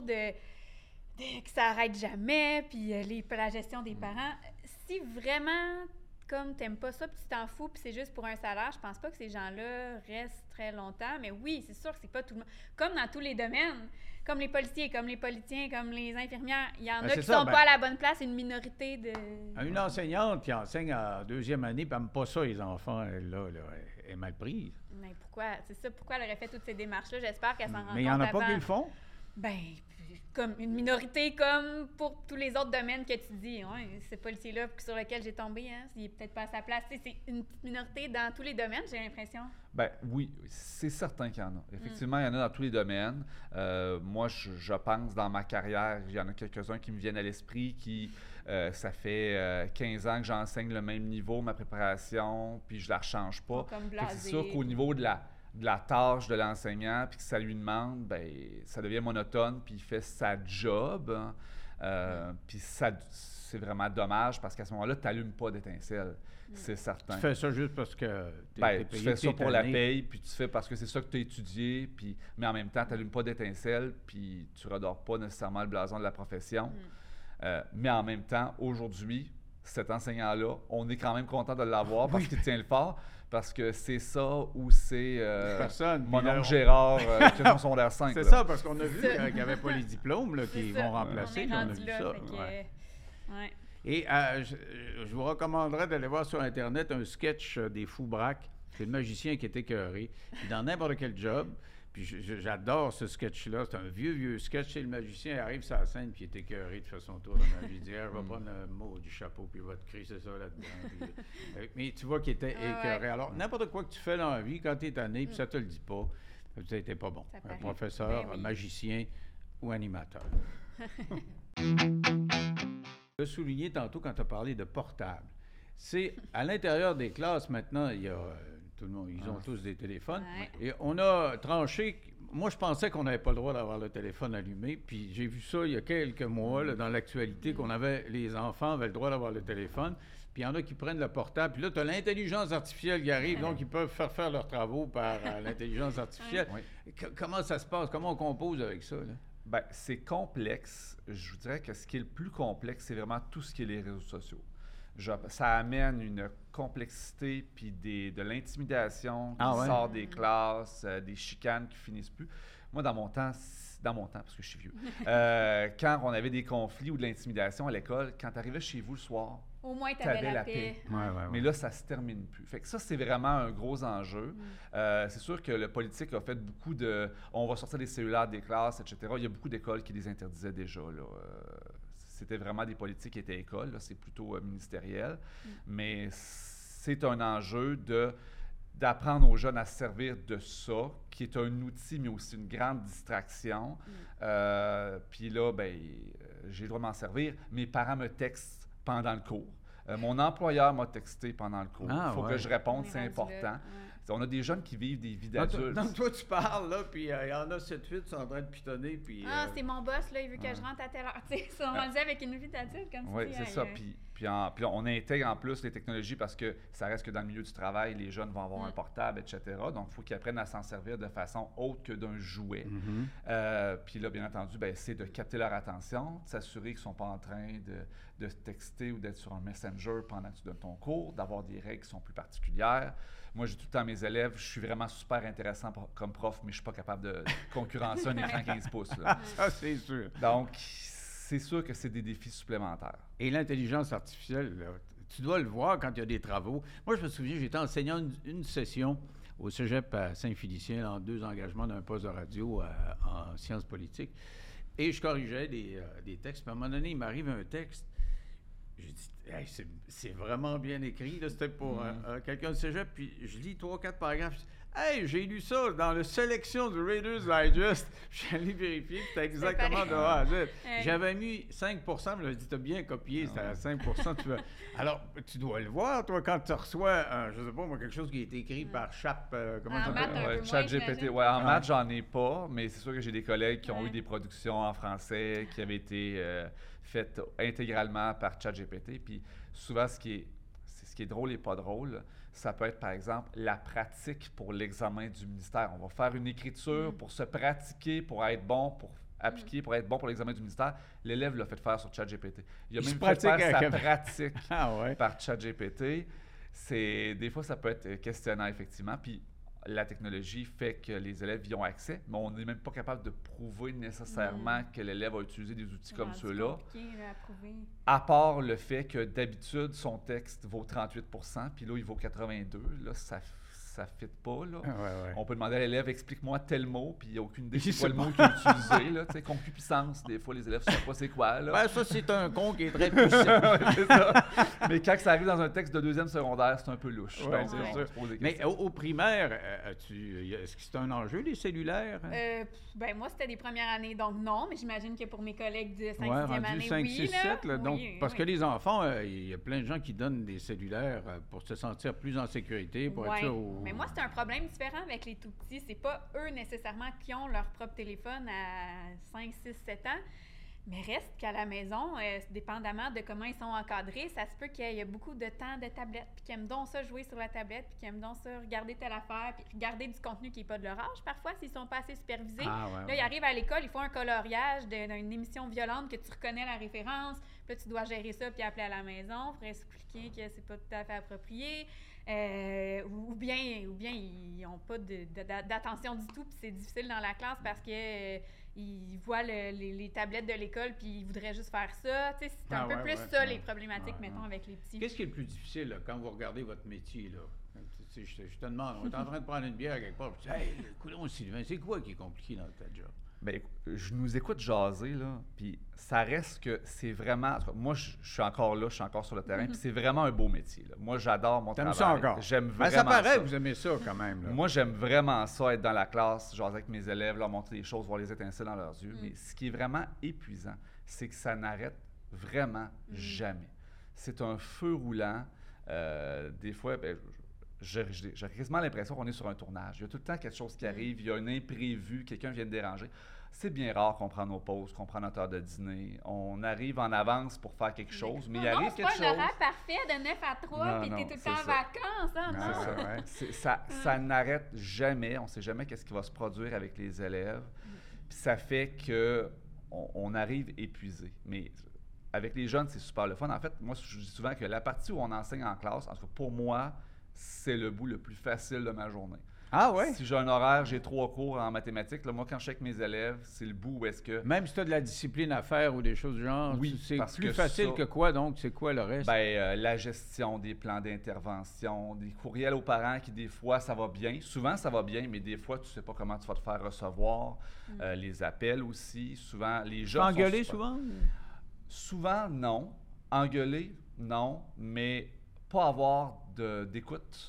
que ça arrête jamais, puis la gestion des parents. Si vraiment, comme t'aimes pas ça, puis tu t'en fous, puis c'est juste pour un salaire, je pense pas que ces gens-là restent très longtemps. Mais oui, c'est sûr que c'est pas tout le monde. Comme dans tous les domaines, comme les policiers, comme les politiciens, comme les infirmières, il y en a qui sont pas à la bonne place, une minorité de... Une enseignante qui enseigne en 2e année, puis elle n'aime pas ça, les enfants, elle est mal prise. Mais pourquoi? C'est ça, pourquoi elle aurait fait toutes ces démarches-là? J'espère qu'elle s'en rend compte. Mais il n'y en a pas qui le font? Ben, comme une minorité, comme pour tous les autres domaines que tu dis. Ce policier-là sur lequel j'ai tombé, il n'est peut-être pas à sa place. C'est une petite minorité dans tous les domaines, j'ai l'impression. Ben oui, c'est certain qu'il y en a. Effectivement, il y en a dans tous les domaines. Moi, je pense, dans ma carrière, il y en a quelques-uns qui me viennent à l'esprit qui... ça fait 15 ans que j'enseigne le même niveau, ma préparation, puis je la rechange pas. C'est sûr qu'au niveau de la tâche de l'enseignant, puis que ça lui demande, ben ça devient monotone, puis il fait sa job. Puis c'est vraiment dommage, parce qu'à ce moment-là, tu n'allumes pas d'étincelle, c'est certain. Tu fais ça juste parce que t'es payé. Tu fais ça pour la paye, puis tu fais parce que c'est ça que tu as étudié, puis, mais en même temps, tu n'allumes pas d'étincelle, puis tu ne redors pas nécessairement le blason de la profession. Mais en même temps, aujourd'hui, cet enseignant-là, on est quand même content de l'avoir parce qu'il tient le fort, parce que c'est ça ou c'est mon oncle Gérard qui a son secondaire 5. C'est ça, parce qu'on a vu qu'il n'y avait pas les diplômes là, qui vont remplacer. On a vu ça. Et je vous recommanderais d'aller voir sur Internet un sketch des Fous Braques. C'est le magicien qui est écœuré. Il est dans n'importe quel job. Puis j'adore ce sketch-là. C'est un vieux sketch. C'est le magicien arrive sur la scène, puis il est écœuré de faire son tour de magie. Il dit, je vais prendre le mot du chapeau, puis il va te crisser ça là-dedans. Mais tu vois qu'il était écœuré. Alors, n'importe quoi que tu fais dans la vie, quand tu es tanné, puis ça te le dit pas, ça n'était pas bon. Un professeur, un magicien ou animateur. Je l'ai souligné tantôt quand tu as parlé de portable. C'est à l'intérieur des classes maintenant, il y a tout le monde, ils ont tous des téléphones. Et on a tranché. Moi, je pensais qu'on n'avait pas le droit d'avoir le téléphone allumé. Puis j'ai vu ça il y a quelques mois là, dans l'actualité, les enfants avaient le droit d'avoir le téléphone. Puis il y en a qui prennent le portable. Puis là, tu as l'intelligence artificielle qui arrive, donc ils peuvent faire leurs travaux par l'intelligence artificielle. Comment ça se passe? Comment on compose avec ça, là? Bien, c'est complexe. Je vous dirais que ce qui est le plus complexe, c'est vraiment tout ce qui est les réseaux sociaux. Ça amène une complexité puis de l'intimidation qui sort des classes, des chicanes qui finissent plus. Moi, dans mon temps, parce que je suis vieux, quand on avait des conflits ou de l'intimidation à l'école, quand tu arrivais chez vous le soir, au moins, tu avais la paix. Mais là, ça se termine plus. Fait que ça, c'est vraiment un gros enjeu. C'est sûr que le politique a fait beaucoup de... On va sortir des cellulaires des classes, etc. Il y a beaucoup d'écoles qui les interdisaient déjà, là. C'était vraiment des politiques qui étaient écoles, là, c'est plutôt ministériel. Mais c'est un enjeu d'apprendre aux jeunes à se servir de ça, qui est un outil, mais aussi une grande distraction. Puis là, j'ai le droit de m'en servir. Mes parents me textent pendant le cours. Mon employeur m'a texté pendant le cours. Il faut que je réponde, c'est important. On a des jeunes qui vivent des vies d'adultes. Donc, toi, tu parles, là, puis il y en a 7-8 qui sont en train de pitonner, puis... c'est mon boss, là, il veut que je rentre à telle heure. Tu sais, ils sont rendus avec une vie d'adulte, comme tu dis. Oui, c'est ça. Puis on intègre en plus les technologies parce que ça reste que dans le milieu du travail, les jeunes vont avoir un portable, etc. Donc, il faut qu'ils apprennent à s'en servir de façon autre que d'un jouet. Puis là, bien entendu, c'est de capter leur attention, de s'assurer qu'ils ne sont pas en train de texter ou d'être sur un messenger pendant que tu donnes ton cours, d'avoir des règles qui sont plus particulières. Moi, j'ai tout le temps mes élèves, je suis vraiment super intéressant comme prof, mais je ne suis pas capable de concurrencer un écran 15 pouces. Là. Ça, c'est sûr. Donc, c'est sûr que c'est des défis supplémentaires. Et l'intelligence artificielle, là, tu dois le voir quand il y a des travaux. Moi, je me souviens, j'étais enseignant une session au cégep à Saint-Félicien, en 2 engagements d'un poste de radio en sciences politiques. Et je corrigeais des textes. Puis à un moment donné, il m'arrive un texte. J'ai dit, hey, c'est vraiment bien écrit. Là, c'était pour quelqu'un de cégep. Puis je lis 3-4 paragraphes. Je dis, hey, j'ai lu ça dans la sélection du Reader's Digest. Je suis allé vérifier. C'était exactement de A à Z. J'avais mis 5 %, mais je dit, t'as bien copié. C'était à 5 %. Alors, tu dois le voir, toi, quand tu reçois, je sais pas, moi, quelque chose qui a été écrit par Chap. Comment ça s'appelle? ChatGPT. Ouais, en maths, j'en ai pas, mais c'est sûr que j'ai des collègues qui ont eu des productions en français qui avaient été faites intégralement par ChatGPT. Puis souvent, ce qui est drôle et pas drôle, ça peut être, par exemple, la pratique pour l'examen du ministère. On va faire une écriture pour se pratiquer, pour être bon, pour appliquer, pour être bon pour l'examen du ministère. L'élève l'a fait faire sur ChatGPT. Il a même fait faire sa pratique par ChatGPT. Des fois, ça peut être questionnant, effectivement. Puis la technologie fait que les élèves y ont accès, mais on n'est même pas capable de prouver nécessairement que l'élève a utilisé des outils comme ceux-là. À part le fait que d'habitude, son texte vaut 38 %, puis là, il vaut 82 %. Là, ça ne fit pas. Là. On peut demander à l'élève, explique-moi tel mot, puis il n'y a aucune idée de quoi le mot qu'il a utilisé. Là. Concupiscence, des fois, les élèves ne savent pas c'est quoi. Là. Ça, c'est un con qui est très puissant. C'est ça. Mais quand ça arrive dans un texte de 2e secondaire, c'est un peu louche. Donc, c'est sûr. Mais au primaire, est-ce que c'est un enjeu, les cellulaires? Moi, c'était des premières années, donc non, mais j'imagine que pour mes collègues de 5e année, 5, 6, 7, là, donc, parce que les enfants, il y a plein de gens qui donnent des cellulaires pour se sentir plus en sécurité, pour être sûr. Mais moi, c'est un problème différent avec les tout-petits. C'est pas eux nécessairement qui ont leur propre téléphone à 5, 6, 7 ans, mais reste qu'à la maison, dépendamment de comment ils sont encadrés, ça se peut qu'il y ait beaucoup de temps de tablette, puis qu'ils aiment donc ça jouer sur la tablette, puis qu'ils aiment donc ça regarder telle affaire, puis regarder du contenu qui n'est pas de leur âge parfois, s'ils sont pas assez supervisés. Là, ils arrivent à l'école, ils font un coloriage d'une émission violente que tu reconnais la référence, puis là, tu dois gérer ça, puis appeler à la maison pour expliquer que c'est pas tout à fait approprié. Ou bien ils n'ont pas d'attention du tout, puis c'est difficile dans la classe parce que ils voient les tablettes de l'école puis ils voudraient juste faire ça. Tu sais, c'est un peu plus ça, les problématiques, mettons, avec les petits. Qu'est-ce qui est le plus difficile là, quand vous regardez votre métier, là? Je te demande, on est en train de prendre une bière quelque part, je dis, hey, coudonc, Sylvain, c'est quoi qui est compliqué dans ta job? Bien, je nous écoute jaser, là, puis ça reste que c'est vraiment... Moi, je suis encore là, je suis encore sur le terrain, puis c'est vraiment un beau métier. Là. Moi, j'adore mon travail. T'aimes ça encore? J'aime vraiment ça paraît ça. Vous aimez ça, quand même. Là. Moi, j'aime vraiment ça, être dans la classe, jaser avec mes élèves, leur montrer des choses, voir les étincelles dans leurs yeux. Mais ce qui est vraiment épuisant, c'est que ça n'arrête vraiment jamais. C'est un feu roulant. Des fois... J'ai quasiment l'impression qu'on est sur un tournage. Il y a tout le temps quelque chose qui arrive, il y a un imprévu, quelqu'un vient de déranger. C'est bien rare qu'on prend nos pauses, qu'on prend notre heure de dîner. On arrive en avance pour faire quelque chose, mais il arrive quelque chose. C'est pas l'horaire parfait de 9 à 3, puis t'es tout le temps en vacances. Hein, c'est ça, ça n'arrête jamais. On ne sait jamais qu'est-ce qui va se produire avec les élèves. Puis ça fait qu'on arrive épuisé. Mais avec les jeunes, c'est super le fun. En fait, moi, je dis souvent que la partie où on enseigne en classe, en tout cas pour moi, c'est le bout le plus facile de ma journée. Ah ouais? Si j'ai un horaire, j'ai 3 cours en mathématiques, là, moi, quand je suis avec mes élèves, c'est le bout où est-ce que... Même si tu as de la discipline à faire ou des choses du genre, oui, c'est plus facile que quoi, donc? C'est quoi le reste? Bien, la gestion des plans d'intervention, des courriels aux parents qui, des fois, ça va bien. Souvent, ça va bien, mais des fois, tu ne sais pas comment tu vas te faire recevoir. Les appels aussi. Souvent, les gens... Engueuler souvent? Souvent, non. Engueuler, non. Mais pas avoir d'écoute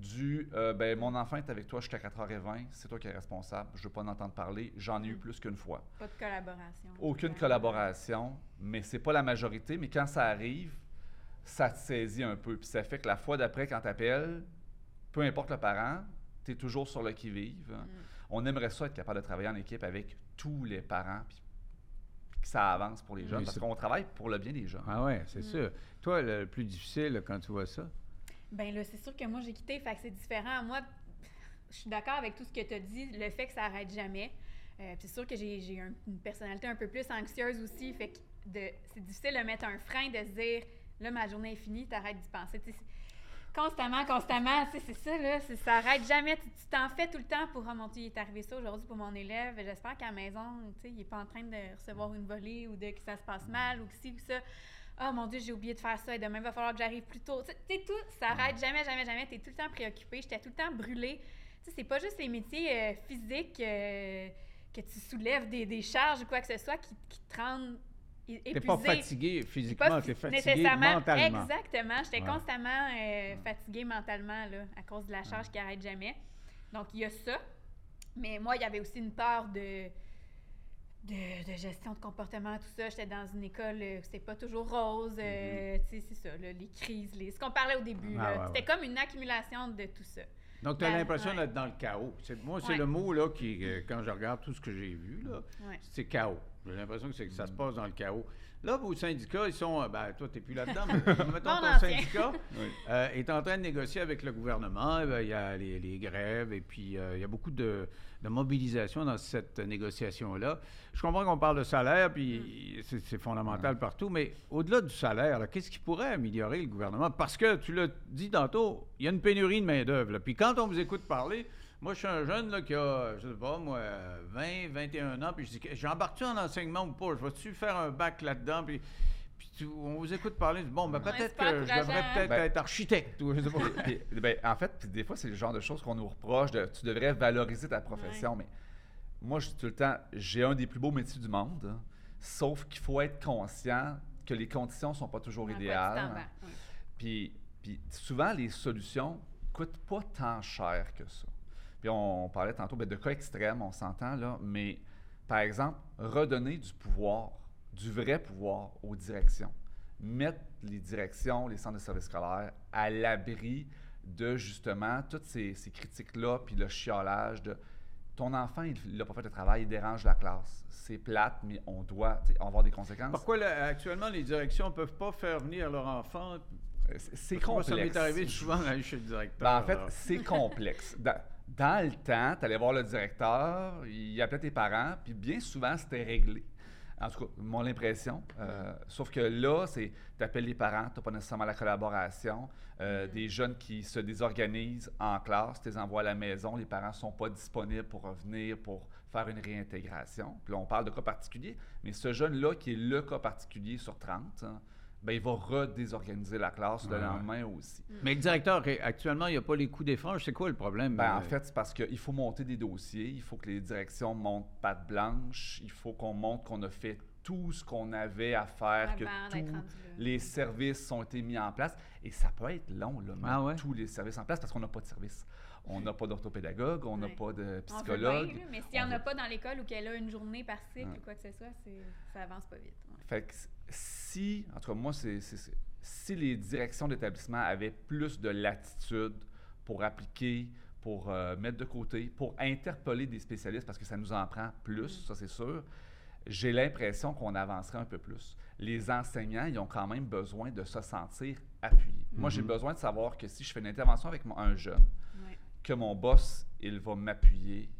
mon enfant est avec toi jusqu'à 4h20, c'est toi qui es responsable, je ne veux pas en entendre parler, j'en ai eu plus qu'une fois. Pas de collaboration. Aucune collaboration, mais c'est pas la majorité, mais quand ça arrive, ça te saisit un peu, puis ça fait que la fois d'après, quand tu appelles, peu importe le parent, tu es toujours sur le qui-vive. On aimerait ça être capable de travailler en équipe avec tous les parents, puis que ça avance pour les jeunes, parce qu'on travaille pour le bien des jeunes. Ah ouais, c'est sûr. Toi, le plus difficile, là, quand tu vois ça? Bien là, c'est sûr que moi, j'ai quitté, fait que c'est différent. Moi, je suis d'accord avec tout ce que tu as dit, le fait que ça n'arrête jamais. C'est sûr que j'ai une personnalité un peu plus anxieuse aussi, fait que c'est difficile de mettre un frein, de se dire, là, ma journée est finie, t'arrêtes d'y penser. Constamment, c'est ça, là, ça n'arrête jamais. Tu t'en fais tout le temps pour, mon Dieu, il est arrivé ça aujourd'hui pour mon élève, j'espère qu'à la maison, il n'est pas en train de recevoir une volée ou que ça se passe mal ou que ci ou ça. Ah, mon Dieu, j'ai oublié de faire ça et demain, il va falloir que j'arrive plus tôt. Tu sais, tout, ça n'arrête jamais. Tu es tout le temps préoccupé. J'étais tout le temps brûlée. Tu sais, c'est pas juste les métiers physiques que tu soulèves des charges ou quoi que ce soit qui te rendent épuisé. T'es pas fatigué physiquement, t'es fatigué mentalement. Exactement. J'étais constamment fatiguée mentalement là, à cause de la charge qui n'arrête jamais. Donc, il y a ça. Mais moi, il y avait aussi une peur de gestion de comportement, tout ça. J'étais dans une école où c'était pas toujours rose. Tu sais, c'est ça, là, les crises, ce qu'on parlait au début. C'était comme une accumulation de tout ça. Donc, tu as l'impression d'être dans le chaos. Moi, c'est le mot là, qui, quand je regarde tout ce que j'ai vu, là, c'est chaos. J'ai l'impression que ça se passe dans le chaos. Là, vos syndicats, ils sont... toi, tu n'es plus là-dedans, mais mettons ton syndicat est en train de négocier avec le gouvernement. Il y a les grèves et puis il y a beaucoup de mobilisation dans cette négociation-là. Je comprends qu'on parle de salaire, puis c'est fondamental partout, mais au-delà du salaire, là, qu'est-ce qui pourrait améliorer le gouvernement? Parce que, tu l'as dit tantôt, il y a une pénurie de main-d'œuvre. Puis quand on vous écoute parler... Moi, je suis un jeune là, qui a, je sais pas, moi, 20, 21 ans, puis je dis, j'embarque-tu en enseignement ou pas? Je vais-tu faire un bac là-dedans? Puis on vous écoute parler, bon, peut-être que je devrais être architecte, ou je sais pas. En fait, des fois, c'est le genre de choses qu'on nous reproche, tu devrais valoriser ta profession, mais moi, je dis tout le temps, j'ai un des plus beaux métiers du monde, sauf qu'il faut être conscient que les conditions ne sont pas toujours idéales. Puis souvent, les solutions ne coûtent pas tant cher que ça. Puis on parlait tantôt de cas extrêmes, on s'entend là, mais par exemple, redonner du pouvoir, du vrai pouvoir aux directions. Mettre les directions, les centres de services scolaires à l'abri de justement toutes ces critiques-là, puis le chiolage de ton enfant, il n'a pas fait le travail, il dérange la classe. C'est plate, mais on doit avoir des conséquences. Pourquoi actuellement les directions ne peuvent pas faire venir leur enfant? C'est complexe. Moi, ça m'est arrivé souvent d'aller chez le directeur. En fait, c'est complexe. Dans le temps, tu allais voir le directeur, il appelait tes parents, puis bien souvent, c'était réglé. En tout cas, mon impression. Sauf que là, tu appelles les parents, tu n'as pas nécessairement la collaboration. Des jeunes qui se désorganisent en classe, tu les envoies à la maison, les parents ne sont pas disponibles pour revenir, pour faire une réintégration. Puis là, on parle de cas particuliers, mais ce jeune-là, qui est le cas particulier sur 30, ben, il va redésorganiser la classe le lendemain aussi. Mais le directeur, actuellement, il n'y a pas les coups des franges. C'est quoi le problème? Ben, en fait, c'est parce qu'il faut monter des dossiers, il faut que les directions montent patte blanche, il faut qu'on montre qu'on a fait tout ce qu'on avait à faire, que tous les services ont été mis en place. Et ça peut être long, là, mettre tous les services en place, parce qu'on n'a pas de service. On n'a pas d'orthopédagogue, on n'a pas de psychologue. Bien, mais s'il n'y en a pas dans l'école ou qu'elle a une journée par cycle ou quoi que ce soit, ça avance pas vite. Fait que si, en tout cas, moi, si les directions d'établissement avaient plus de latitude pour appliquer, pour mettre de côté, pour interpeller des spécialistes, parce que ça nous en prend plus, ça c'est sûr, j'ai l'impression qu'on avancerait un peu plus. Les enseignants, ils ont quand même besoin de se sentir appuyés. Moi, j'ai besoin de savoir que si je fais une intervention avec un jeune, que mon boss, il va m'appuyer.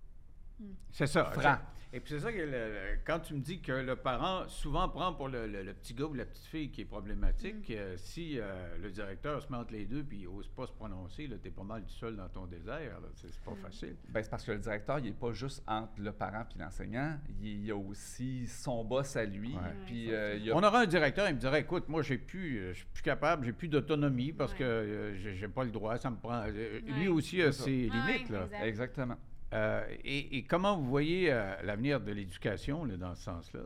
C'est ça. Franc. Et puis c'est ça que quand tu me dis que le parent souvent prend pour le petit gars ou la petite fille qui est problématique, si le directeur se met entre les deux puis il n'ose pas se prononcer, tu es pas mal tout seul dans ton désert. C'est pas facile. Ben, c'est parce que le directeur, il n'est pas juste entre le parent et l'enseignant. Il y a aussi son boss à lui. Puis, on aura un directeur, il me dirait, écoute, moi, je suis plus capable, j'ai plus d'autonomie parce que j'ai pas le droit, ça me prend... Lui aussi a ses limites. Là. Exactement. Et comment vous voyez l'avenir de l'éducation là, dans ce sens-là?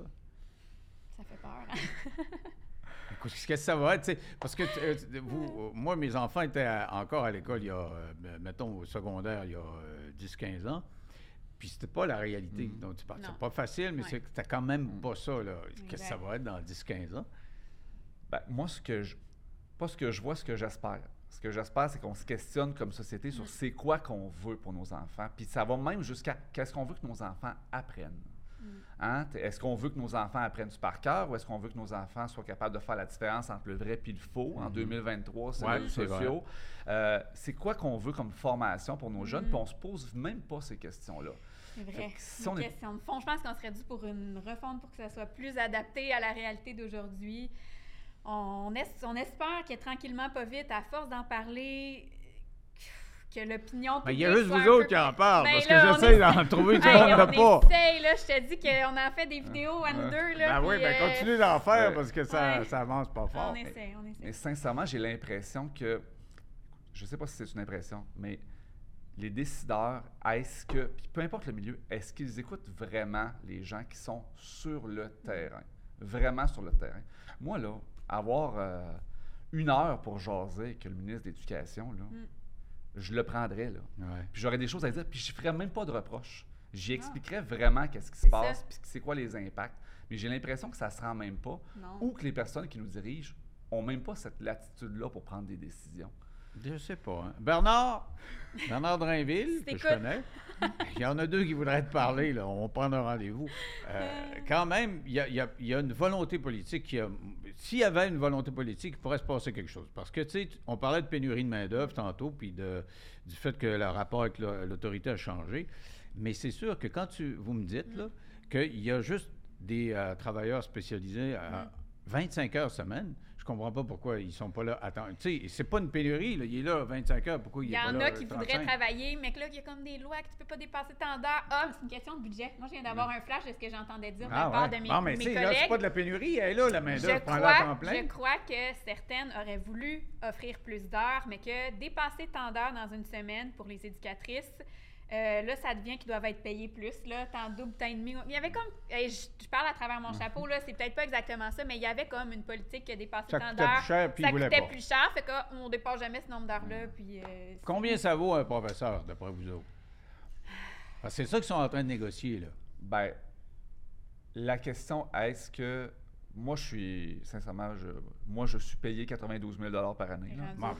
Ça fait peur. Hein? Qu'est-ce que ça va être? Parce que moi, mes enfants étaient encore à l'école il y a, mettons, au secondaire, il y a 10-15 ans. Puis c'était pas la réalité dont tu parles. C'est pas facile, mais c'était quand même pas ça. Là. Qu'est-ce que ça va être dans 10-15 ans? Ben, moi, pas ce que je vois, ce que j'espère. Ce que j'espère, c'est qu'on se questionne comme société sur c'est quoi qu'on veut pour nos enfants. Puis ça va même jusqu'à qu'est-ce qu'on veut que nos enfants apprennent. Hein? Est-ce qu'on veut que nos enfants apprennent du par cœur ou est-ce qu'on veut que nos enfants soient capables de faire la différence entre le vrai et le faux en 2023, c'est les réseaux sociaux? C'est quoi qu'on veut comme formation pour nos jeunes? Puis on se pose même pas ces questions-là. C'est vrai. C'est une question de fond. Je pense qu'on serait dû pour une refonte pour que ça soit plus adapté à la réalité d'aujourd'hui. On espère que tranquillement, pas vite, à force d'en parler, que l'opinion publique. Il y a juste vous autres qui en parlent, parce que j'essaie d'en trouver tout le monde de pas. On essaye, là, je te dis qu'on en fait des vidéos à nous deux. Là, oui, continuez d'en faire parce que ça avance pas fort. On essaie. Mais sincèrement, j'ai l'impression que, je sais pas si c'est une impression, mais les décideurs, puis peu importe le milieu, est-ce qu'ils écoutent vraiment les gens qui sont sur le terrain? Vraiment sur le terrain. Moi, là, avoir 1 heure pour jaser avec le ministre de l'Éducation, là, je le prendrais. Là. Puis j'aurais des choses à dire, puis je ne ferais même pas de reproches. J'y expliquerais vraiment qu'est-ce qui se passe, puis c'est quoi les impacts. Mais j'ai l'impression que ça ne se rend même pas, ou que les personnes qui nous dirigent n'ont même pas cette latitude-là pour prendre des décisions. Je sais pas. Hein. Bernard Drainville, que je connais, il y en a 2 qui voudraient te parler, là. On va prendre un rendez-vous. Quand même, il y a une volonté politique s'il y avait une volonté politique, il pourrait se passer quelque chose. Parce que, tu sais, on parlait de pénurie de main-d'œuvre tantôt, puis du fait que le rapport avec l'autorité a changé. Mais c'est sûr que quand vous me dites là, qu'il y a juste des travailleurs spécialisés à 25 heures semaine, je comprends pas pourquoi ils sont pas là. Attends, tu sais, c'est pas une pénurie, là. Il est là 25 heures, pourquoi il est pas là? Il y en a qui voudraient travailler, mais que là, il y a comme des lois que tu peux pas dépasser tant d'heures. Ah, c'est une question de budget. Moi, je viens d'avoir un flash de ce que j'entendais dire de la part de mes collègues. Là, c'est pas de la pénurie, elle est là, la main-d'œuvre, prends-la à temps plein. Je crois que certaines auraient voulu offrir plus d'heures, mais que dépasser tant d'heures dans une semaine pour les éducatrices, là, ça devient qu'ils doivent être payés plus, là, tant double, tant demi. Il y avait comme, je parle à travers mon chapeau, là, c'est peut-être pas exactement ça, mais il y avait comme une politique qui a dépassé tant d'heures. Ça coûtait plus cher, fait qu'on dépasse jamais ce nombre d'heures-là. Puis, combien ça vaut un professeur, d'après vous autres? Parce que c'est ça qu'ils sont en train de négocier, là. Bien, la question, est-ce que... Moi, je suis payé 92 000 par année.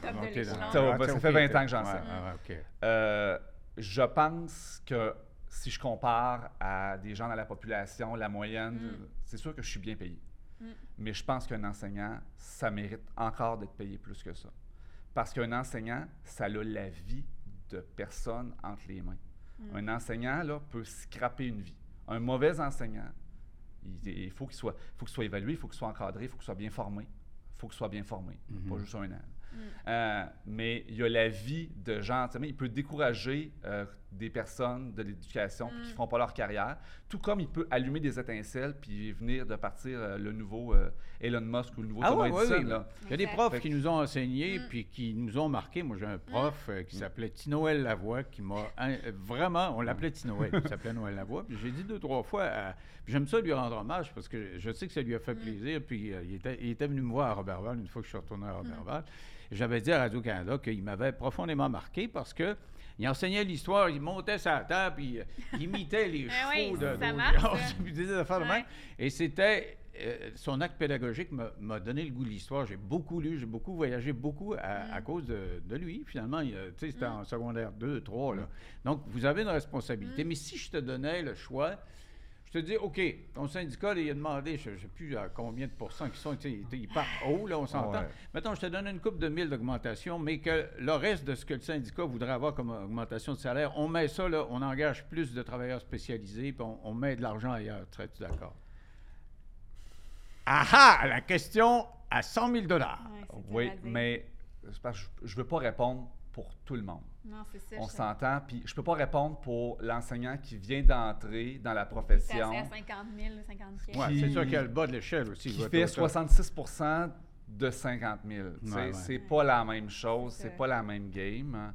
Ça fait 20 ans que j'enseigne. Je pense que si je compare à des gens dans la population, la moyenne, c'est sûr que je suis bien payé. Mais je pense qu'un enseignant, ça mérite encore d'être payé plus que ça. Parce qu'un enseignant, ça a la vie de personne entre les mains. Un enseignant, là, peut scraper une vie. Un mauvais enseignant, il faut qu'il soit évalué, il faut qu'il soit encadré, il faut qu'il soit bien formé. Il faut qu'il soit bien formé, pas juste un an. Mais il y a la vie de gens, il peut décourager des personnes de l'éducation qui ne feront pas leur carrière, tout comme il peut allumer des étincelles puis venir de partir le nouveau Elon Musk ou le nouveau Thomas Edison. Là. Il y a des profs qui nous ont enseigné puis qui nous ont marqué. Moi, j'ai un prof qui s'appelait Tinoël Lavoie qui m'a vraiment, on l'appelait Tinoël, il s'appelait Noël Lavoie. Puis j'ai dit 2-3 fois, j'aime ça lui rendre hommage parce que je sais que ça lui a fait plaisir. Puis il était venu me voir à Roberval une fois que je suis retourné à Roberval. J'avais dit à Radio-Canada qu'il m'avait profondément marqué parce que il enseignait l'histoire, il montait sa table, puis il imitait les chevaux de des affaires de même. Et c'était son acte pédagogique m'a donné le goût de l'histoire. J'ai beaucoup lu, j'ai beaucoup voyagé, beaucoup à cause de lui. Finalement, c'était en secondaire 2, 3. Là. Donc, vous avez une responsabilité. Mais si je te donnais le choix, je te dis, OK, ton syndicat, là, il a demandé, je ne sais plus à combien de pourcents qui sont, ils partent haut, là, on s'entend. Mettons, je te donne une couple de 1000 d'augmentation, mais que le reste de ce que le syndicat voudrait avoir comme augmentation de salaire, on met ça, là, on engage plus de travailleurs spécialisés, puis on met de l'argent ailleurs. Serais-tu d'accord? La question à 100 000 $. Oui, mais je ne veux pas répondre pour tout le monde. Non, c'est ça. On s'entend, puis je peux pas répondre pour l'enseignant qui vient d'entrer dans la profession. C'est à 50 000, 50 000. Oui, c'est sûr qu'il y a le bas de l'échelle aussi. Qui fait 66 % de 50 000. C'est pas la même chose, c'est pas la même game.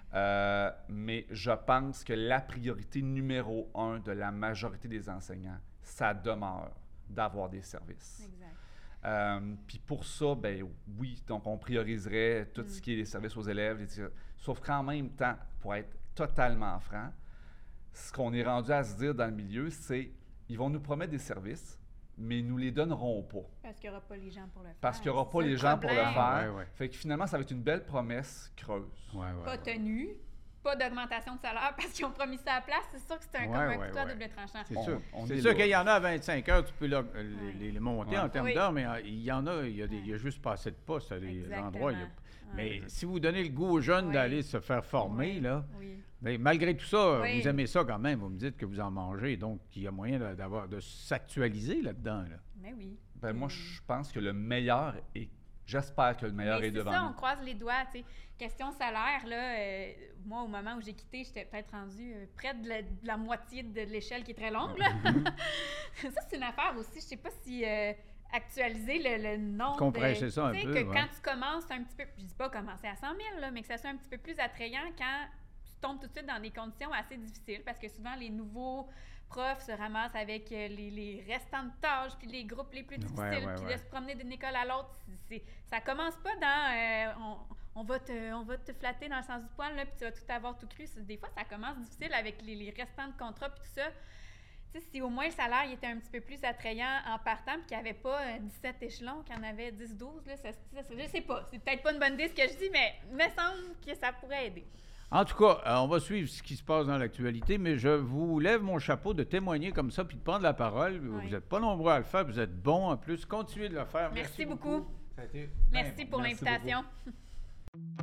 Mais je pense que la priorité numéro 1 de la majorité des enseignants, ça demeure d'avoir des services. Exact. Puis pour ça, ben oui, donc on prioriserait tout ce qui est les services aux élèves, sauf qu'en même temps, pour être totalement franc, ce qu'on est rendu à se dire dans le milieu, c'est ils vont nous promettre des services, mais ils ne nous les donneront pas. Parce qu'il n'y aura pas les gens pour le faire. Parce qu'il n'y aura pas les gens pour le faire. Fait que finalement, ça va être une belle promesse creuse. Pas tenue. Pas d'augmentation de salaire parce qu'ils ont promis ça à la place, c'est sûr que c'est comme un couteau à double tranchant. C'est sûr. C'est sûr qu'il y en a à 25 heures, tu peux les monter en termes d'heures, mais il y en a, il y a juste pas assez de postes à des endroits. Mais si vous donnez le goût aux jeunes d'aller se faire former, là, mais malgré tout ça, vous aimez ça quand même, vous me dites que vous en mangez, donc il y a moyen de s'actualiser là-dedans. Là. Mais oui. Ben moi, je pense que le meilleur est... J'espère que le meilleur est devant nous. C'est ça, on croise les doigts, tu sais. Question salaire, là, moi, au moment où j'ai quitté, j'étais peut-être rendue près de la moitié de l'échelle qui est très longue, là. Ça, c'est une affaire aussi. Je sais pas si actualiser le nombre compresser ça un peu, que quand tu commences un petit peu, je dis pas commencer à 100 000, là, mais que ça soit un petit peu plus attrayant quand tu tombes tout de suite dans des conditions assez difficiles, parce que souvent, les nouveaux profs se ramassent avec les restants de tâches, puis les groupes les plus difficiles, puis de se promener d'une école à l'autre. Ça commence pas dans on va te flatter dans le sens du poil, là, puis tu vas tout avoir tout cru. Des fois, ça commence difficile avec les restants de contrat, puis tout ça. Tu sais, si au moins le salaire il était un petit peu plus attrayant en partant, puis qu'il n'y avait pas 17 échelons, qu'il y en avait 10-12, là, je sais pas. C'est peut-être pas une bonne idée ce que je dis, mais il me semble que ça pourrait aider. En tout cas, on va suivre ce qui se passe dans l'actualité, mais je vous lève mon chapeau de témoigner comme ça puis de prendre la parole. Vous n'êtes pas nombreux à le faire, vous êtes bons en plus. Continuez de le faire. Merci beaucoup. Ça a été Merci pour l'invitation.